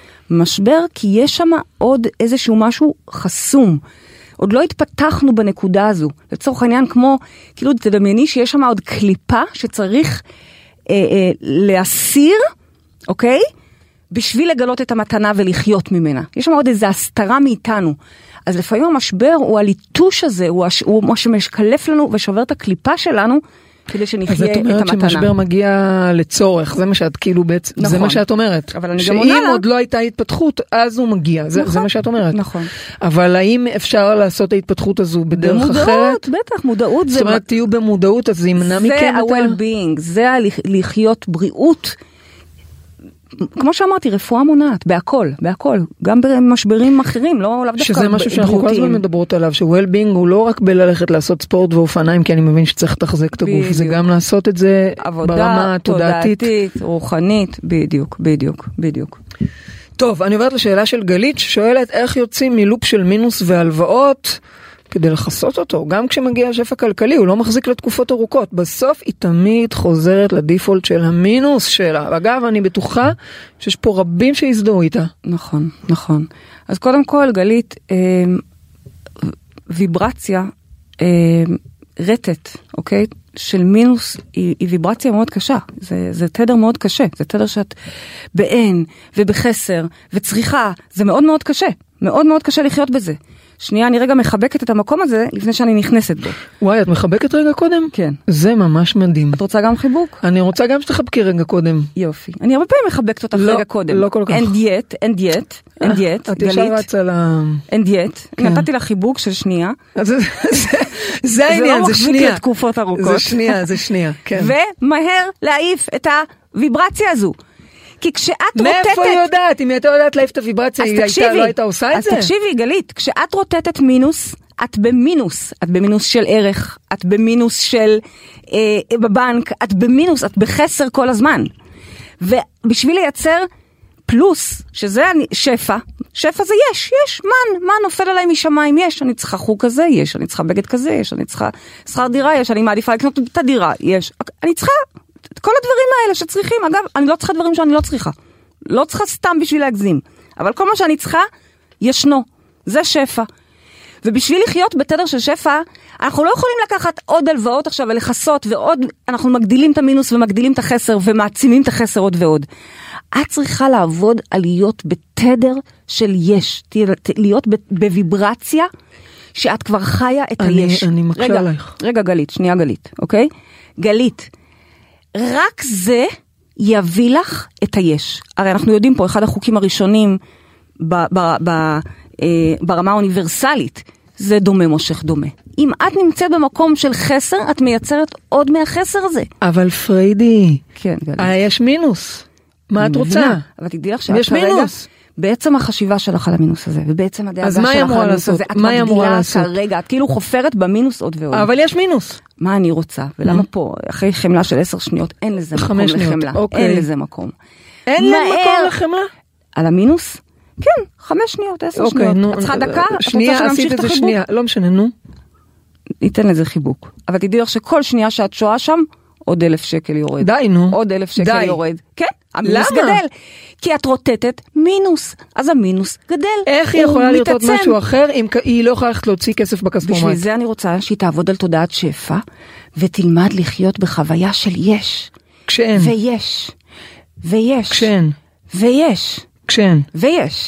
משבר כי יש שם עוד איזשהו משהו חסום. עוד לא התפתחנו בנקודה הזו. לצורך העניין כמו, כאילו תדמייני שיש שם עוד קליפה שצריך אה, אה, להסיר, אוקיי? בשביל לגלות את המתנה ולחיות ממנה. יש שם עוד איזו הסתרה מאיתנו. אז לפעמים המשבר הוא הליטוש הזה, הוא, הש... הוא מה שמשקלף לנו ושובר את הקליפה שלנו, כדי שנחיה את המתנה. אז את אומרת שמשבר מגיע לצורך, זה מה שאת כאילו בעצם, נכון. זה מה שאת אומרת. אבל אני גם עונה לה. שאם עוד לא הייתה התפתחות, אז הוא מגיע, זה, נכון. זה מה שאת אומרת. נכון. אבל האם אפשר לעשות את ההתפתחות הזו בדרך במודעות, אחרת? בטח, מודעות זה... זאת אומרת, תהיו במודעות, אז זה ימנע מכם את ה... זה ה-well-being, זה לחיות בריאות, כמו שאמרתי, רפואה מונעת, בהכל, בהכל, גם במשברים אחרים, לא לאו דווקא שזה משהו שאנחנו כל הזמן מדברות עליו, ש-well-being הוא לא רק בללכת לעשות ספורט ואופניים, כי אני מבין שצריך לתחזק את הגוף, זה גם לעשות את זה ברמה התודעתית, רוחנית, בדיוק, בדיוק, בדיוק. טוב, אני עוברת לשאלה של גלית, ששואלת איך יוצאים מלופ של מינוס והלוואות, כדי לחסות אותו, גם כשמגיע השפע כלכלי, הוא לא מחזיק לתקופות ארוכות. בסוף היא תמיד חוזרת לדיפולט של המינוס שלה. אגב, אני בטוחה שיש פה רבים שיזדהו איתה. נכון, נכון. אז קודם כל, גלית, אה, ויברציה, אה, רטט, אוקיי? של מינוס היא, היא ויברציה מאוד קשה. זה, זה תדר מאוד קשה. זה תדר שאת באין ובחסר וצריכה. זה מאוד מאוד קשה. מאוד מאוד קשה לחיות בזה. שנייה, אני רגע מחבקת את המקום הזה לפני שאני נכנסת בו. וואי, את מחבקת רגע קודם? כן. זה ממש מדהים. את רוצה גם חיבוק? אני רוצה גם שתחבקי רגע קודם. יופי. אני הרבה פעמים מחבקת אותך רגע קודם. לא כל כך. אין דיאט, אין דיאט, אין דיאט. את ישר רצה ל... אין דיאט. נתתי לך חיבוק של שנייה. זה העניין, זה שנייה. זה לא מחזיק לתקופות ארוכות. זה שנייה, זה שנייה, כן. ומהר להעיף את הוויברציה הזו. כי כשאת רוטטת... מאיפה היא יודעת? אם היא הייתה יודעת להעיף את הוויברציה, היא לא הייתה עושה את זה? אז תקשיבי, גלית, כשאת רוטטת מינוס, את במינוס. את במינוס של ערך, את במינוס של אה, בבנק, את במינוס, את בחסר כל הזמן. ובשביל לייצר פלוס, שזה שפע, שפע זה יש, יש, מן, מן נופל עליי משמיים, יש, אני צריכה חוג כזה, יש, אני צריכה בגד כזה, יש, אני צריכה שכר דירה, יש, אני מעדיפה לקנות את הדירה, יש, אני צריכה... כל הדברים האלה שצריכים, אגב, אני לא צריכה דברים שאני לא צריכה. לא צריכה סתם בשביל להגזים. אבל כל מה שאני צריכה, ישנו. זה שפע. ובשביל לחיות בתדר של שפע, אנחנו לא יכולים לקחת עוד הלוואות עכשיו ולחסות, ועוד, אנחנו מגדילים את המינוס ומגדילים את החסר, ומעצימים את החסר עוד ועוד. את צריכה לעבוד על להיות בתדר של יש. להיות בוויברציה, שאת כבר חיה את אני, היש. אני מקשה רגע, עלייך. רגע, גלית, שנייה גלית, אוקיי? גלית. רק זה יביא לך את היש. הרי אנחנו יודעים פה, אחד החוקים הראשונים ב, ב, ב, אה, ברמה האוניברסלית, זה דומה מושך דומה. אם את נמצאת במקום של חסר, את מייצרת עוד מהחסר הזה. אבל פריידי, כן, אה, יש מינוס. מה את רוצה? אבל תדעי לך שאת כרגע... בעצם החשיבה שלך על המינוס הזה, ובעצם הדאגה שלך על המינוס הזה, את מגדילה כרגע, את כאילו חופרת במינוס עוד ועוד. אבל יש מינוס. מה אני רוצה? ולמה פה, אחרי חמלה של עשר שניות, אין לזה מקום לחמלה. אין לזה מקום. אין לזה מקום לחמלה? על המינוס? כן, חמש שניות, עשר שניות. את צריכה דקה, את רוצה שנמשיך את החיבוק? לא משנה, נו. ניתן לזה חיבוק. אבל תדעי לך שכל שנייה שאת שואה שם, עוד אלף שקל יורד. די, נו. עוד אלף שקל יורד. כן, המינוס גדל. כי את רוטטת מינוס, אז המינוס גדל. איך היא יכולה לראות משהו אחר, אם היא לא יכולה להוציא כסף בכספומט? בשביל זה אני רוצה שהיא תעבוד על תודעת שפע, ותלמד לחיות בחוויה של יש. כשאין. ויש. ויש. כשאין. ויש. כשאין. ויש.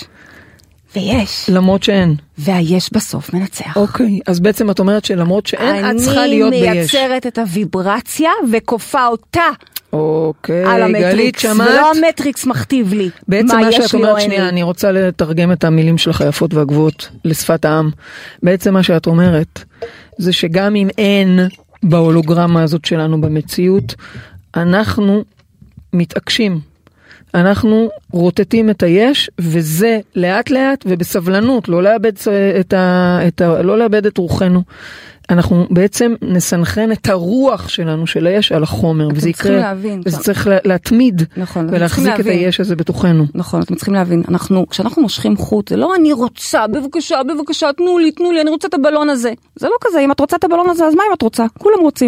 ויש. למרות שאין. והיש בסוף מנצח. אוקיי, אז בעצם את אומרת שלמרות שאין, את צריכה להיות ביש. אני מייצרת את הוויברציה וכופה אותה. אוקיי, על המטריקס, שמעת? ולא המטריקס מכתיב לי. בעצם מה שאת אומרת, שנייה, אני רוצה לתרגם את המילים שלך היפות והגבוהות לשפת העם. בעצם מה שאת אומרת, זה שגם אם אין בהולוגרמה הזאת שלנו במציאות, אנחנו מתעקשים. אנחנו רוטטים את היש, וזה לאט לאט ובסבלנות, לא לאבד את, ה, את, ה, לא לאבד את רוחנו. אנחנו בעצם נסנכרן את הרוח שלנו, של היש, על החומר, וזה יקרה, להבין, וזה צריך להתמיד, נכון, ולהחזיק את היש הזה בתוכנו. נכון, אתם צריכים להבין, אנחנו, כשאנחנו מושכים חוט, זה לא אני רוצה, בבקשה, בבקשה, תנו לי, תנו לי, אני רוצה את הבלון הזה. זה לא כזה, אם את רוצה את הבלון הזה, אז מה אם את רוצה? כולם רוצים.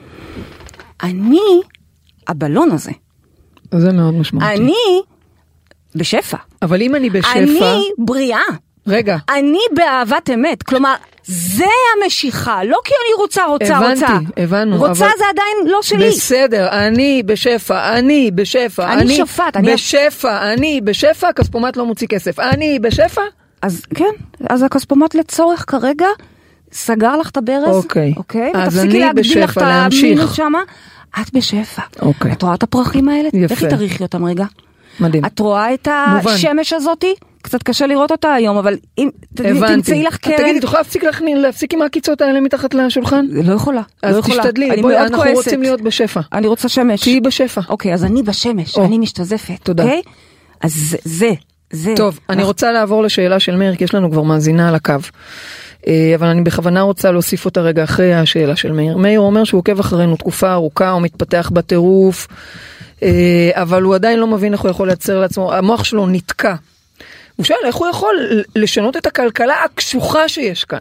אני, הבלון הזה. זה מאוד משמעותי. אני בשפע. אבל אם אני בשפע... אני בריאה. רגע. אני באהבת אמת. כלומר, זה המשיכה. לא כי אני רוצה, רוצה, הבנתי, רוצה. הבנתי, הבנו. רוצה אבל... זה עדיין לא שלי. בסדר, אני בשפע, אני בשפע. אני, אני שפט. אני בשפע, אני בשפע, הכספומט לא מוציא כסף. אני בשפע? אז כן, אז הכספומט לצורך כרגע, סגר לך את הברז, אוקיי. אוקיי? אז אני בשפע, להמשיך. שמה, את בשפע. אוקיי. את רואה את הפרחים האלה? יפה. איך היא תריחי אותם רגע? מדהים. את רואה את השמש הזאתי? קצת קשה לראות אותה היום, אבל אם תמצאי לך קרן... תגידי, תוכל להפסיק עם הקיצות האלה מתחת לשולחן? לא יכולה. אז תשתדלי, בואי, אנחנו רוצים להיות בשפע. אני רוצה שמש. תהיי בשפע. אוקיי, אז אני בשמש, אני משתזפת. תודה. אז זה, זה. טוב, אני רוצה לעבור לשאלה של מאיר, כי יש לנו כבר מאזינה על הקו. אבל אני בכוונה רוצה להוסיף אותה רגע אחרי השאלה של מאיר. מאיר אומר שהוא עוקב אחרינו תקופה ארוכה, הוא מתפתח בטירוף, אבל הוא עדיין לא מבין איך הוא יכול לייצר לעצמו, המוח שלו נתקע. הוא שואל איך הוא יכול לשנות את הכלכלה הקשוחה שיש כאן.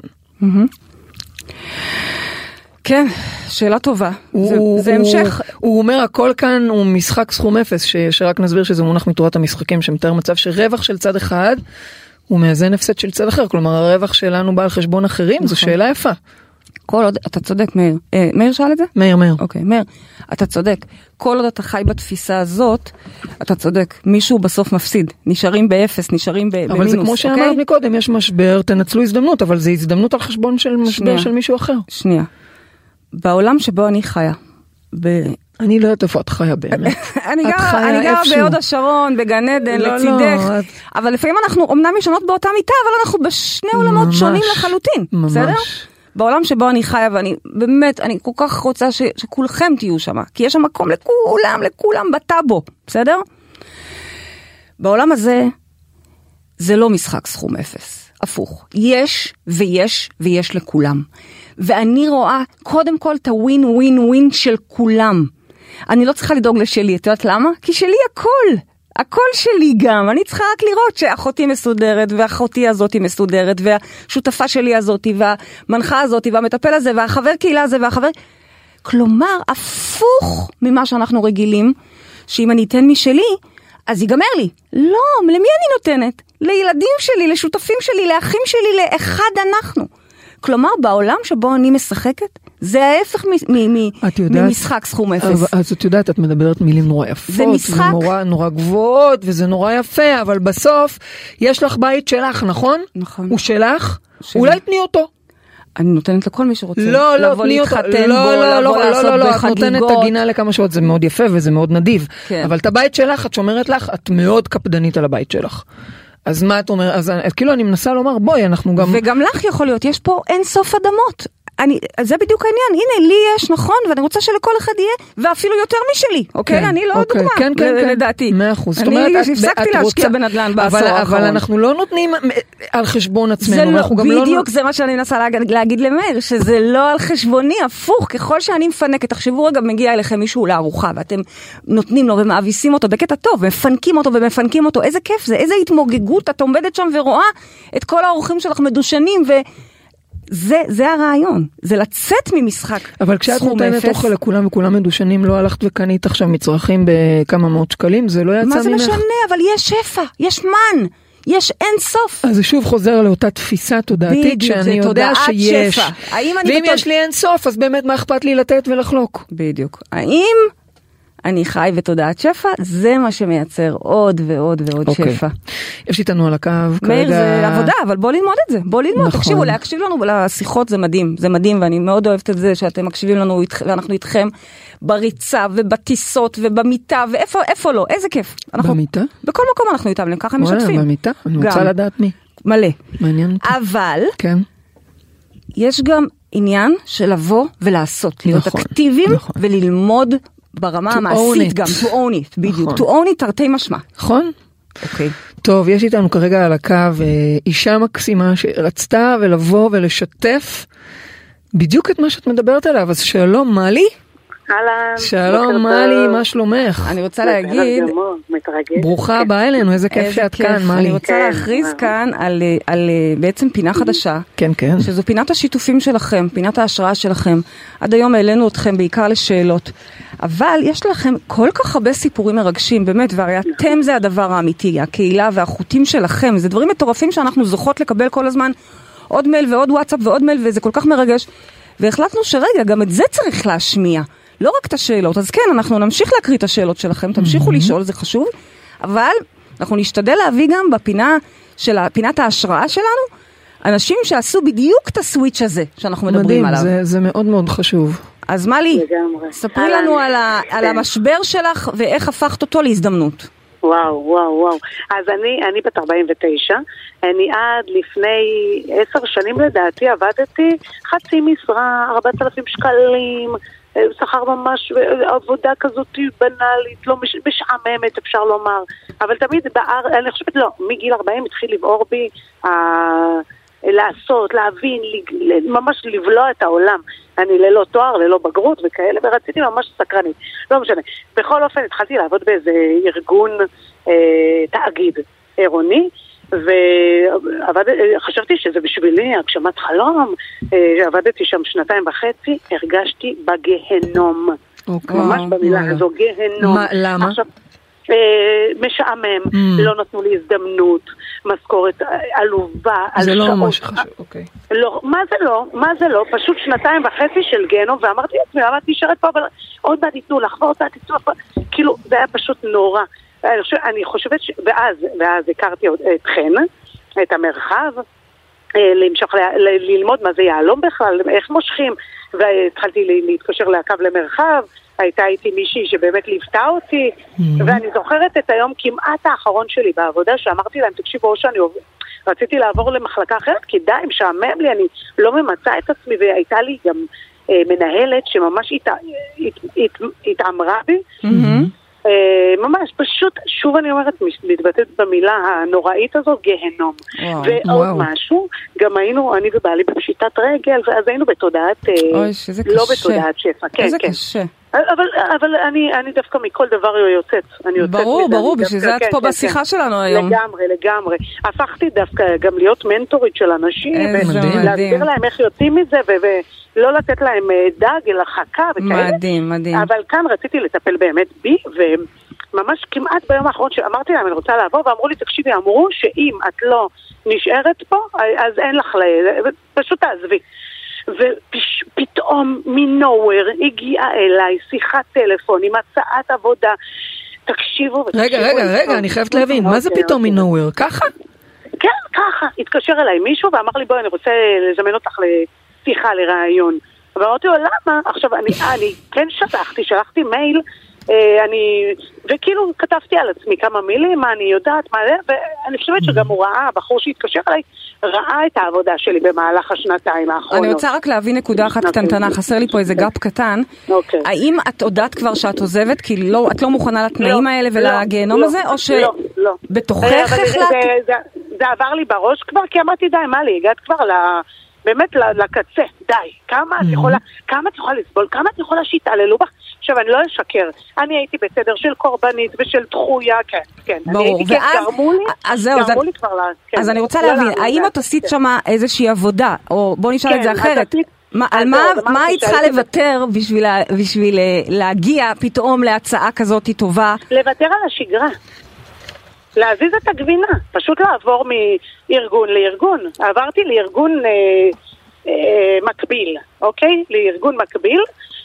כן, שאלה טובה. זה המשך. הוא אומר הכל כאן הוא משחק סכום אפס, שרק נסביר שזה מונח מתורת המשחקים, שמתאר מצב שרווח של צד אחד, הוא מאזן הפסד של צד אחר. כלומר הרווח שלנו בא על חשבון אחרים, זו שאלה יפה. כל עוד, אתה צודק מאיר. מאיר שאל את זה? מאיר, מאיר. אוקיי, מאיר, אתה צודק. כל עוד אתה חי בתפיסה הזאת, אתה צודק. מישהו בסוף מפסיד. נשארים באפס, נשארים במינוס. אבל זה כמו שאמרת מקודם, יש משבר, תנצלו הזדמנות, אבל זה הזדמנות על חשבון של משבר של מישהו אחר. שנייה. בעולם שבו אני חיה, אני לא יודעת איפה את חיה באמת. אני גרה בהוד השרון, בגן עדן, לצידך, אבל לפעמים אנחנו אומנם ישנות באותה מיטה, אבל אנחנו בשני עולמות שונים לחלוטין. בסדר? בעולם שבו אני חיה, ואני באמת, אני כל כך רוצה ש, שכולכם תהיו שם, כי יש שם מקום לכולם, לכולם בטאבו, בסדר? בעולם הזה, זה לא משחק סכום אפס, הפוך. יש ויש ויש לכולם. ואני רואה קודם כל את הווין ווין ווין של כולם. אני לא צריכה לדאוג לשלי, את יודעת למה? כי שלי הכל. הכל שלי גם, אני צריכה רק לראות שאחותי מסודרת, ואחותי הזאת מסודרת, והשותפה שלי הזאת, והמנחה הזאת, והמטפל הזה, והחבר קהילה הזה, והחבר... כלומר, הפוך ממה שאנחנו רגילים, שאם אני אתן משלי, אז ייגמר לי. לא, למי אני נותנת? לילדים שלי, לשותפים שלי, לאחים שלי, לאחד אנחנו. כלומר, בעולם שבו אני משחקת, זה ההפך ממשחק סכום אפס. אז את יודעת, את מדברת מילים נורא יפות, זה משחק. נורא גבוהות, וזה נורא יפה, אבל בסוף, יש לך בית שלך, נכון? נכון. הוא שלך? אולי תני אותו. אני נותנת לכל מי שרוצה. לא, לא, תני אותו. לא, לא, לא, לא, את נותנת את הגינה לכמה שעות, זה מאוד יפה וזה מאוד נדיב. אבל את הבית שלך, את שומרת לך, את מאוד קפדנית על הבית שלך. אז מה את אומרת? אז כאילו אני מנסה לומר, בואי, אנחנו גם... וגם לך יכול להיות, יש פה אין סוף אדמות. אני, זה בדיוק העניין, הנה, לי יש, נכון, ואני רוצה שלכל אחד יהיה, ואפילו יותר משלי, אוקיי? כן, אני לא אוקיי, דוגמה, כן, כן, כן, לדעתי. מאה אחוז. אני הפסקתי להשקיע בנדל"ן בעשור האחרון. אבל אנחנו לא נותנים על חשבון עצמנו. זה לא, בדיוק זה מה שאני מנסה להגיד למאיר, שזה לא על חשבוני, הפוך, ככל שאני מפנקת, תחשבו רגע, מגיע אליכם מישהו לארוחה, ואתם נותנים לו ומאביסים אותו בקטע טוב, ומפנקים אותו ומפנקים אותו, איזה כיף זה, איזה התמוגגות, את עומדת שם ורואה את כל האורחים שלך מדושנים ו... זה, זה הרעיון, זה לצאת ממשחק. אבל כשאת נותנת אוכל לכולם וכולם מדושנים, לא הלכת וקנית עכשיו מצרכים בכמה מאות שקלים, זה לא יצא ממך. מה זה משנה? אבל יש שפע, יש מן, יש אין סוף. אז זה שוב חוזר לאותה תפיסה תודעתית, שאני יודע שיש. ואם יש לי אין סוף, אז באמת מה אכפת לי לתת ולחלוק? בדיוק. האם... אני חי בתודעת שפע, זה מה שמייצר עוד ועוד ועוד okay. שפע. יש איתנו על הקו מאיר, כרגע... זה עבודה, אבל בוא ללמוד את זה, בוא ללמוד, נכון. תקשיבו, להקשיב לנו לשיחות זה מדהים, זה מדהים, ואני מאוד אוהבת את זה שאתם מקשיבים לנו, ואנחנו איתכם בריצה ובטיסות ובמיטה, ואיפה איפה לא, איזה כיף. אנחנו, במיטה? בכל מקום אנחנו איתם, ככה משתפים. במיטה? אני רוצה לדעת מי. מלא. מעניין אותי. אבל, כן. יש גם עניין של לבוא ולעשות, להיות נכון, אקטיביים נכון. וללמוד ברמה המעשית גם, to own it, בדיוק, to own it תרתי משמע. נכון? אוקיי. טוב, יש איתנו כרגע על הקו אישה מקסימה שרצתה ולבוא ולשתף בדיוק את מה שאת מדברת עליו, אז שלום, מלי? אהלן. שלום, מלי, מה שלומך? אני רוצה להגיד, ברוכה הבאה אלינו, איזה כיף שאת כאן, מלי. אני רוצה להכריז כאן על בעצם פינה חדשה, כן, כן. שזו פינת השיתופים שלכם, פינת ההשראה שלכם. עד היום העלינו אתכם בעיקר לשאלות, אבל יש לכם כל כך הרבה סיפורים מרגשים, באמת, והרי אתם זה הדבר האמיתי, הקהילה והחוטים שלכם, זה דברים מטורפים שאנחנו זוכות לקבל כל הזמן, עוד מייל ועוד וואטסאפ ועוד מייל, וזה כל כך מרגש, והחלטנו שרגע, גם את זה צריך להשמיע. לא רק את השאלות, אז כן, אנחנו נמשיך להקריא את השאלות שלכם, תמשיכו לשאול, זה חשוב, אבל אנחנו נשתדל להביא גם בפינה של פינת ההשראה שלנו, אנשים שעשו בדיוק את הסוויץ' הזה שאנחנו מדברים עליו. מדהים, זה מאוד מאוד חשוב. אז מלי, ספרי לנו על המשבר שלך ואיך הפכת אותו להזדמנות. וואו, וואו, וואו. אז אני, אני בת ארבעים ותשע, אני עד לפני עשר שנים לדעתי עבדתי חצי משרה, ארבעת אלפים שקלים, שכר ממש, עבודה כזאת בנאלית, לא מש, משעממת אפשר לומר, אבל תמיד באר, אני חושבת לא, מגיל ארבעים התחיל לבעור בי ה... לעשות, להבין, ממש לבלוע את העולם. אני ללא תואר, ללא בגרות וכאלה, ורציתי ממש סקרנית. לא משנה. בכל אופן, התחלתי לעבוד באיזה ארגון אה, תאגיד עירוני, וחשבתי שזה בשבילי הגשמת חלום. אה, עבדתי שם שנתיים וחצי, הרגשתי בגהנום. אוקיי. ממש במילה הזו, גהנום. מה, למה? עכשיו, משעמם, לא נתנו לי הזדמנות, משכורת עלובה, זה לא ממש חשוב, אוקיי. לא, מה זה לא? מה זה לא? פשוט שנתיים וחצי של גהנום, ואמרתי לעצמי, למה את נשארת פה, אבל עוד מעט ייתנו לך, ועוד מעט ייתנו לך, כאילו, זה היה פשוט נורא. אני חושבת ש... ואז, ואז הכרתי את חן, את המרחב, למשוך, ללמוד מה זה יעלום בכלל, איך מושכים, והתחלתי להתקשר להקו למרחב, הייתה איתי מישהי שבאמת ליוותה אותי, mm-hmm. ואני זוכרת את היום כמעט האחרון שלי בעבודה, שאמרתי להם, תקשיבו, או שאני עובד, רציתי לעבור למחלקה אחרת, כי די, משעמם לי, אני לא ממצא את עצמי, והייתה לי גם אה, מנהלת שממש הת, הת, הת, התעמרה בי, mm-hmm. אה, ממש פשוט, שוב אני אומרת, מתבטאת במילה הנוראית הזו, גהנום. וואו, ועוד וואו. משהו, גם היינו, אני ובעלי בפשיטת רגל, ואז היינו בתודעת, אוי, שזה לא קשה. בתודעת שפע. כן, איזה כן. קשה. אבל, אבל אני, אני דווקא מכל דבר יוצאת. אני יוצאת ברור, מזה, ברור, בשביל זה את כן, פה כן, בשיחה כן. שלנו היום. לגמרי, לגמרי. הפכתי דווקא גם להיות מנטורית של אנשים, ולהסביר להם איך יוצאים מזה, ולא לתת להם דג, אלא חכה וכאלה. מדהים, מדהים. אבל כאן רציתי לטפל באמת בי, וממש כמעט ביום האחרון שאמרתי להם, אני רוצה לעבור, ואמרו לי, תקשיבי, אמרו שאם את לא נשארת פה, אז אין לך, פשוט תעזבי. ופתאום מנוהוור הגיעה אליי שיחת טלפון עם הצעת עבודה. תקשיבו רגע, רגע, רגע, אני חייבת להבין, מה זה פתאום מנוהוור? ככה? כן, ככה. התקשר אליי מישהו ואמר לי, בואי, אני רוצה לזמן אותך לשיחה, לרעיון. ואמרתי לו, למה? עכשיו, אני כן שלחתי, שלחתי מייל, אני, וכאילו כתבתי על עצמי כמה מילים, מה אני יודעת, מה זה, ואני חושבת שגם הוא ראה, הבחור שהתקשר אליי, ראה את העבודה שלי במהלך השנתיים האחרונות. אני רוצה רק להבין נקודה אחת קטנטנה, חסר לי פה איזה גאפ קטן. האם את הודעת כבר שאת עוזבת, כי את לא מוכנה לתנאים האלה ולגיהנום הזה, או שבתוכך החלטת? זה עבר לי בראש כבר, כי אמרתי די, מה לי, הגעת כבר באמת לקצה, די, כמה את יכולה, כמה את יכולה לסבול, כמה את יכולה שיתעללו בך. עכשיו, אני לא אשקר, אני הייתי בסדר של קורבנית ושל דחויה, כן, כן. ברור, ואז, גרמו לי, גרמו לי כבר לה, כן. אז אני רוצה להבין, האם את עשית שמה איזושהי עבודה, או בוא נשאל את זה אחרת, על מה היית צריכה לוותר בשביל להגיע פתאום להצעה כזאת טובה? לוותר על השגרה. להזיז את הגבינה, פשוט לעבור מארגון לארגון. עברתי לארגון אה, אה, מקביל, אוקיי? לארגון מקביל,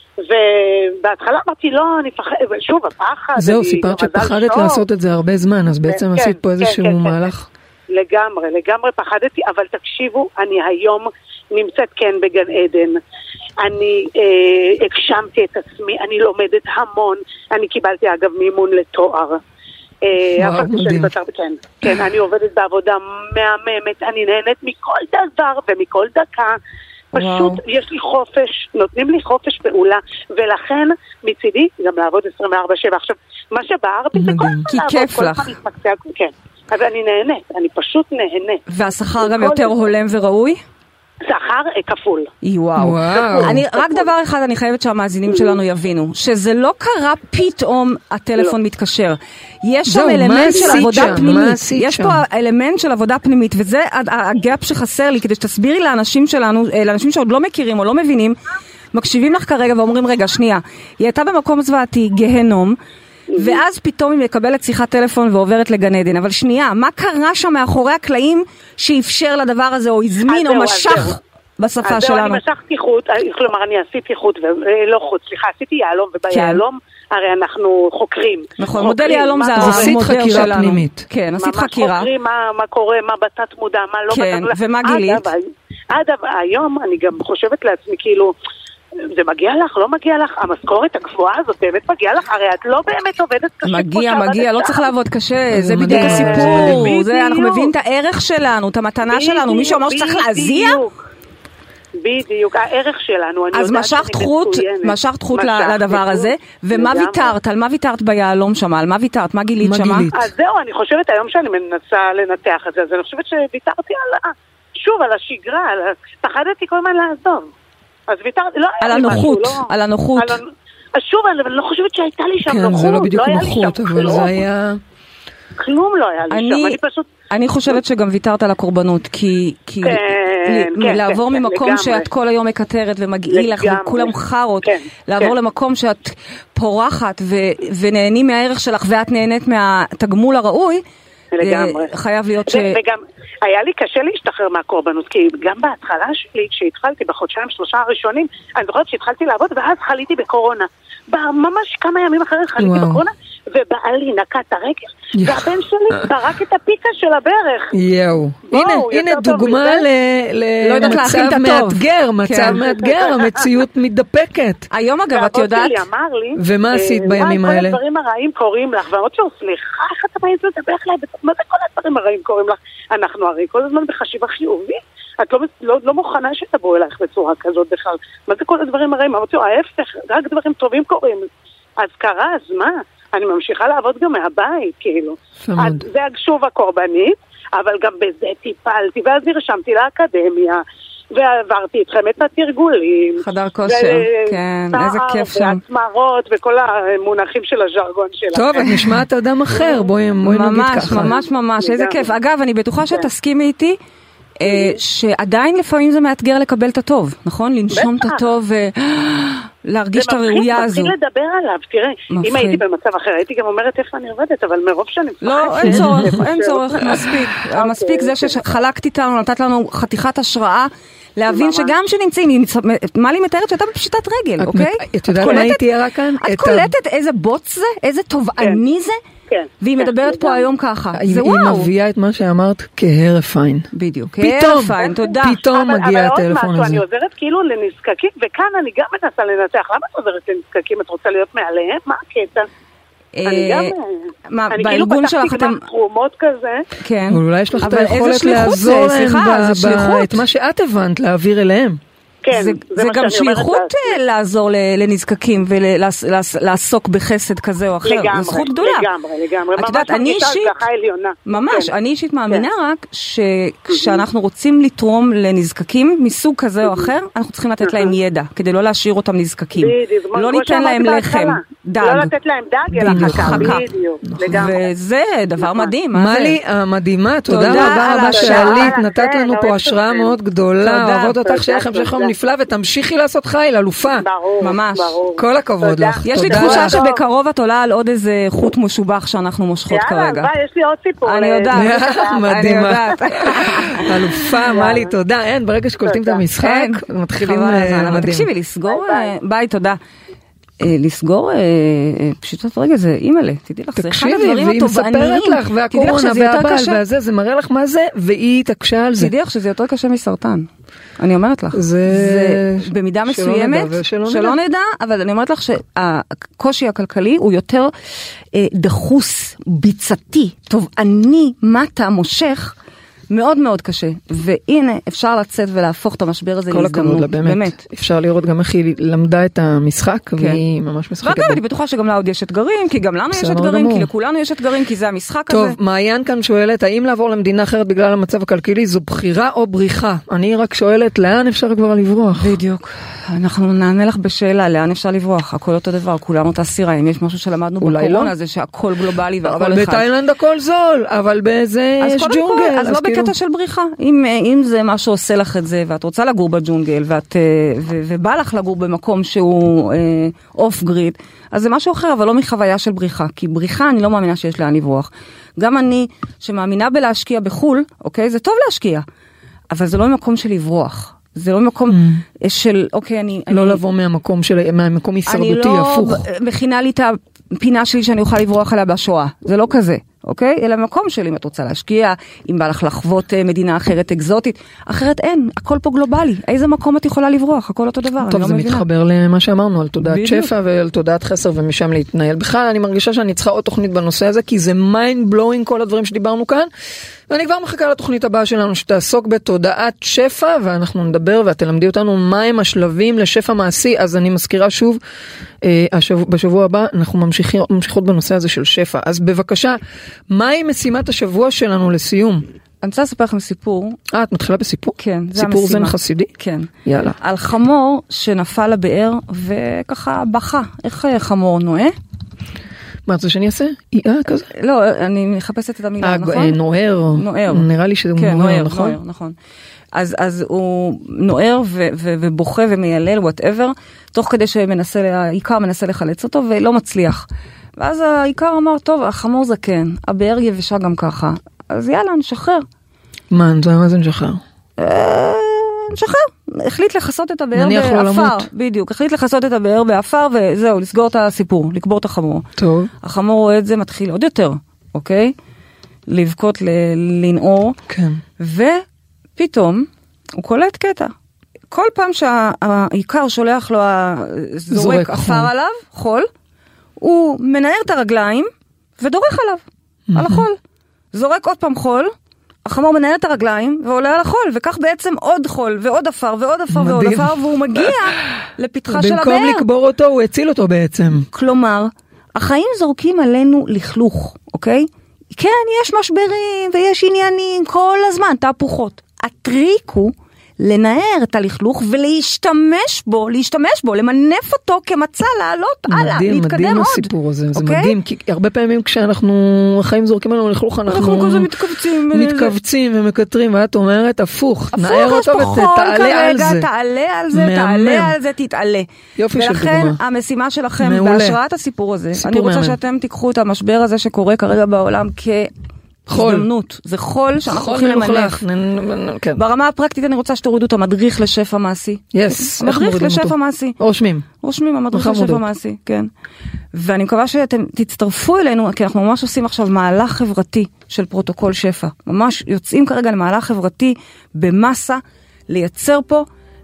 ובהתחלה אמרתי לא, אני פחד, שוב, הפחד. זהו, סיפרת שפחדת לעשות את זה הרבה זמן, אז בעצם כן, עשית פה איזשהו כן, מהלך. כן. לגמרי, לגמרי פחדתי, אבל תקשיבו, אני היום נמצאת כן בגן עדן. אני אה, הגשמתי את עצמי, אני לומדת המון, אני קיבלתי אגב מימון לתואר. וואו, מדהים. כן, כן, אני עובדת בעבודה מהממת, אני נהנית מכל דבר ומכל דקה, פשוט יש לי חופש, נותנים לי חופש פעולה, ולכן מצידי גם לעבוד עשרים וארבע שבע. עכשיו, מה שבער בי זה כל כי כיף לך. כן, אבל אני נהנית, אני פשוט נהנית. והשכר גם יותר הולם וראוי? שכר כפול. וואו. אני, רק דבר אחד אני חייבת שהמאזינים שלנו יבינו, שזה לא קרה פתאום הטלפון מתקשר. יש שם אלמנט של עבודה פנימית. יש פה אלמנט של עבודה פנימית, וזה הגאפ שחסר לי, כדי שתסבירי לאנשים שלנו, לאנשים שעוד לא מכירים או לא מבינים, מקשיבים לך כרגע ואומרים, רגע, שנייה, היא הייתה במקום זוועתי, גהנום, ואז פתאום היא מקבלת שיחת טלפון ועוברת לגן עדן. אבל שנייה, מה קרה שם מאחורי הקלעים שאפשר לדבר הזה, או הזמין, או משך בשפה שלנו? אני משכתי חוט, כלומר אני עשיתי חוט ולא חוט, סליחה, עשיתי יעלום, וביעלום הרי אנחנו חוקרים. נכון, מודל יהלום זה המודל שלנו. כן, עשית חקירה. חוקרים מה קורה, מה בתת מודע, מה לא בתת מודע. כן, ומה גילית? עד היום אני גם חושבת לעצמי, כאילו, זה מגיע לך, לא מגיע לך, המשכורת הגבוהה הזאת באמת מגיע לך, הרי את לא באמת עובדת קשה. מגיע, מגיע, לא צריך לעבוד קשה, זה בדיוק הסיפור, אנחנו מבינים את הערך שלנו, את המתנה שלנו, מישהו אמר שצריך להזיע? בדיוק, הערך שלנו. אז משכת חוט, משכת חוט לדבר הזה, ומה ויתרת? על מה ויתרת ביהלום שם? על מה ויתרת? מה גילית שם? אז זהו, אני חושבת היום שאני מנסה לנתח את זה, אז אני חושבת שוויתרתי על, שוב, על השגרה, פחדתי כל הזמן לעזוב. אז ויתרתי, לא על הנוחות, על הנוחות. אז שוב, אני לא חושבת שהייתה לי שם נוחות. כן, זה לא בדיוק נוחות, אבל זה היה... כלום לא היה לי שם, אני פשוט... אני חושבת שגם ויתרת על הקורבנות, כי לעבור ממקום שאת כל היום מקטרת ומגעיל לך וכולם חרות, לעבור למקום שאת פורחת ונהנים מהערך שלך ואת נהנית מהתגמול הראוי, חייב להיות ש... וגם היה לי קשה להשתחרר מהקורבנות, כי גם בהתחלה שלי, כשהתחלתי בחודשיים שלושה הראשונים, אני זוכרת שהתחלתי לעבוד ואז חליתי בקורונה. ממש כמה ימים אחרי חליתי בקורונה, ובעלי נקע את הרגל, והבן שלי ברק את הפיקה של הברך. יאו. הנה דוגמה למצב מאתגר, מצב מאתגר, המציאות מתדפקת. היום אגב, את יודעת... ומה עשית בימים האלה? כל הדברים הרעים קוראים לך, ואומרת שהוא, סליחה, איך אתה מעז לדבר אליי? מה זה כל הדברים הרעים קוראים לך? אנחנו הרי כל הזמן בחשיבה חיובית. את לא, לא, לא מוכנה שתבוא אלייך בצורה כזאת בכלל. מה זה כל הדברים הרעים? אמרתי, ההפך, רק דברים טובים קוראים. אז קרה, אז מה? אני ממשיכה לעבוד גם מהבית, כאילו. אז זה שוב הקורבנית, אבל גם בזה טיפלתי, ואז נרשמתי לאקדמיה, ועברתי איתכם את התרגולים. חדר כושר, כן, איזה כיף שם. והצמרות, וכל המונחים של הז'רגון שלה. טוב, את נשמעת אדם אחר, בואי נגיד ככה. ממש, ממש, ממש, איזה כיף. אגב, אני בטוחה שתסכימי איתי, שעדיין לפעמים זה מאתגר לקבל את הטוב, נכון? לנשום את הטוב ולהרגיש את הראויה הזו. זה מפחיד, מתחיל לדבר עליו, תראה, אם הייתי במצב אחר, הייתי גם אומרת איפה אני עובדת, אבל מרוב שאני מפחד... לא, אין צורך, אין צורך, מספיק. מספיק זה שחלקת איתנו, נתת לנו חתיכת השראה, להבין שגם שנמצאים, מה לי מתארת שאתה בפשיטת רגל, אוקיי? את יודעת מה הייתי ערה כאן? את קולטת איזה בוץ זה? איזה תובעני זה? והיא מדברת פה היום ככה, זה וואו. היא מביאה את מה שאמרת כהרף עין. בדיוק, כהרף עין, תודה. פתאום מגיע הטלפון הזה. אני עוזרת כאילו לנזקקים, וכאן אני גם מנסה לנתח. למה את עוזרת לנזקקים? את רוצה להיות מעליהם? מה הקטע? אני גם... אני כאילו פתחתי גם תרומות כזה. כן. אבל אולי יש לך את היכולת לעזור להם את מה שאת הבנת, להעביר אליהם. כן, זה, זה, זה גם שליחות לעזור לנזקקים ולעסוק בחסד כזה או אחר. לגמרי, זו זכות גדולה. לגמרי, לגמרי. את יודעת, אני אישית, ממש, כן. אני אישית מאמינה כן. רק שכשאנחנו רוצים לתרום לנזקקים מסוג כזה או אחר, אנחנו צריכים לתת להם ידע, כדי לא להשאיר אותם נזקקים. לא ניתן להם לחם, דג. לא לתת להם דג, אלא חכה. בדיוק, לגמרי. וזה דבר מדהים. מלי, המדהימה, תודה רבה רבה שעלית, נתת לנו פה השראה מאוד גדולה, אוהבות אותך שיהיה לכם שחום נפלא, ותמשיכי לעשות חיל, אלופה. ברור, ממש. ברור. כל הכבוד לך. יש לי תחושה שבקרוב את עולה על עוד איזה חוט משובח שאנחנו מושכות כרגע. יאללה, ביי, יש לי עוד סיפור. אני יודעת. מדהימה. אלופה, מלי, תודה. אין, ברגע שקולטים את המשחק, מתחילים מדהים. תקשיבי, לסגור, ביי, תודה. לסגור פשיטת רגע זה אימא'לה, תדעי לך, זה אחד הדברים והיא מספרת לך, והקורונה והבעל והזה, זה מראה לך מה זה, והיא תקשה על זה. תדעי לך שזה יותר קשה מסרטן. אני אומרת לך, זה במידה מסוימת, שלא נדע, אבל אני אומרת לך שהקושי הכלכלי הוא יותר דחוס, ביצתי, תובעני, מטה, מושך, מאוד מאוד קשה, והנה אפשר לצאת ולהפוך את המשבר הזה להזדמנות. כל הכבוד לה, באמת. באמת. אפשר לראות גם איך היא למדה את המשחק, כן. והיא ממש משחקת. ואגב, אני בטוחה שגם לה עוד יש אתגרים, כי גם לנו יש אתגרים, גמור. כי לכולנו יש אתגרים, כי זה המשחק טוב, הזה. טוב, מעיין כאן שואלת, האם לעבור למדינה אחרת בגלל המצב הכלכלי, זו בחירה או בריחה? אני רק שואלת, לאן אפשר כבר לברוח? בדיוק. אנחנו נענה לך בשאלה, לאן אפשר לברוח? הכל אותו דבר, כולם אותה סירה. אם יש משהו שלמדנו בקורונה, זה שהכל גלובלי והכל אחד. אבל בתאילנד הכל זול, אבל באיזה יש ג'ונגל. אז לא בקטע של בריחה. אם, אם זה מה שעושה לך את זה, ואת רוצה לגור בג'ונגל, ואת, ו, ובא לך לגור במקום שהוא אוף גריד, אז זה משהו אחר, אבל לא מחוויה של בריחה. כי בריחה אני לא מאמינה שיש לאן לברוח. גם אני, שמאמינה בלהשקיע בחול, אוקיי, זה טוב להשקיע, אבל זה לא ממקום של לברוח. זה לא מקום mm. של, אוקיי, אני... לא אני, לבוא מהמקום של, מהמקום הישרדותי, הפוך. אני לא מכינה לי את הפינה שלי שאני אוכל לברוח עליה בשואה. זה לא כזה, אוקיי? אלא מקום שלי, אם את רוצה להשקיע, אם בא לך לחוות מדינה אחרת אקזוטית, אחרת אין, הכל פה גלובלי. איזה מקום את יכולה לברוח? הכל אותו דבר, טוב, זה לא מתחבר למה שאמרנו, על תודעת שפע ועל תודעת חסר ומשם להתנהל. בכלל, אני מרגישה שאני צריכה עוד תוכנית בנושא הזה, כי זה mind blowing כל הדברים שדיברנו כאן, ואני כבר מחכה לתוכנית הבאה שלנו שתעסוק בתודעת שפע, ואנחנו נדבר ואת תלמדי אותנו מהם השלבים לשפע מעשי. אז אני מזכירה שוב, בשבוע הבא אנחנו ממשיכות בנושא הזה של שפע. אז בבקשה, מהי משימת השבוע שלנו לסיום? אני רוצה לספר לכם סיפור. אה, את מתחילה בסיפור? כן, זה סיפור המשימה. זן חסידי? כן. יאללה. על חמור שנפל לבאר וככה בכה. איך חמור נועה? מה זה שאני אעשה? איאה כזה? לא, אני מחפשת את המילה, נכון? נוער. נוער. נראה לי שזה כן, נוער, נכון? נוער, נכון. אז, אז הוא נוער ו- ו- ובוכה ומיילל, whatever, תוך כדי שמנסה, העיקר מנסה לחלץ אותו ולא מצליח. ואז העיקר אמר, טוב, החמור זקן, הבאר יבשה גם ככה, אז יאללה, נשחרר. מה, מה זה נשחרר? נשחרר. החליט לחסות את הבאר נניח לא באפר. למות. בדיוק, החליט לחסות את הבאר באפר, וזהו, לסגור את הסיפור, לקבור את החמור. טוב. החמור רואה את זה, מתחיל עוד יותר, אוקיי? לבכות, לנעור. כן. ופתאום הוא קולט קטע. כל פעם שהעיקר שולח לו, זורק אפר עליו, חול, הוא מנער את הרגליים ודורך עליו, על החול. זורק עוד פעם חול, החמור מנער את הרגליים ועולה על החול, וכך בעצם עוד חול ועוד אפר ועוד אפר ועוד אפר, והוא מגיע לפתחה של הבאר. במקום לקבור אותו, הוא הציל אותו בעצם. כלומר, החיים זורקים עלינו לכלוך, אוקיי? כן, יש משברים ויש עניינים כל הזמן, תהפוכות. הטריק הוא לנער את הלכלוך ולהשתמש בו, להשתמש בו, למנף אותו כמצע, לעלות הלאה, להתקדם עוד. מדהים, מדהים הסיפור הזה, זה מדהים, כי הרבה פעמים כשאנחנו, החיים זורקים עלינו לכלוך, אנחנו מתכווצים ומקטרים, ואת אומרת, הפוך, נער אותו ותעלה על זה. תעלה על זה, תעלה על זה, תתעלה. יופי של דוגמה. ולכן המשימה שלכם, בהשראת הסיפור הזה, אני רוצה שאתם תיקחו את המשבר הזה שקורה כרגע בעולם כ... הזדמנות, זה חול שאנחנו הולכים למנף. ברמה הפרקטית אני רוצה שתורידו את המדריך לשפע מעשי. יס, המדריך לשפע מעשי. רושמים. רושמים, המדריך לשפע מעשי, כן. ואני מקווה שאתם תצטרפו אלינו, כי אנחנו ממש עושים עכשיו מהלך חברתי של פרוטוקול שפע. ממש יוצאים כרגע למהלך חברתי במסה, לייצר פה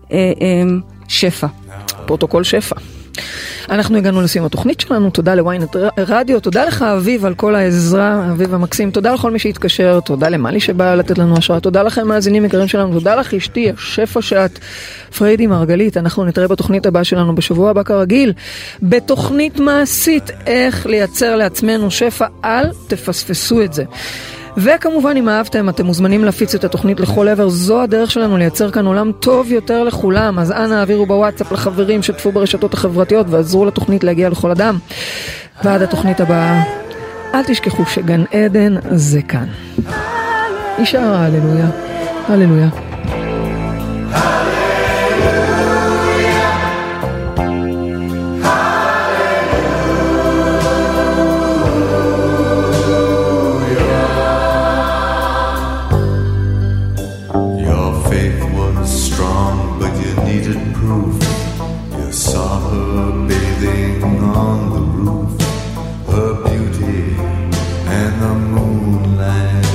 שפע. פרוטוקול שפע. אנחנו הגענו לסיום התוכנית שלנו, תודה לוויינט רדיו, תודה לך אביב על כל העזרה, אביב המקסים, תודה לכל מי שהתקשר, תודה למלי שבא לתת לנו השראה, תודה לכם מאזינים יקרים שלנו, תודה לך אשתי, השפע שאת, פריידי מרגלית, אנחנו נתראה בתוכנית הבאה שלנו בשבוע הבא כרגיל, בתוכנית מעשית, איך לייצר לעצמנו שפע, אל תפספסו את זה. וכמובן אם אהבתם אתם מוזמנים להפיץ את התוכנית לכל עבר, זו הדרך שלנו לייצר כאן עולם טוב יותר לכולם, אז אנא העבירו בוואטסאפ לחברים, שתפו ברשתות החברתיות ועזרו לתוכנית להגיע לכל אדם. ועד התוכנית הבאה אל תשכחו שגן עדן זה כאן. אישה הללויה, הללויה. Saw her bathing on the roof, her beauty and the moonlight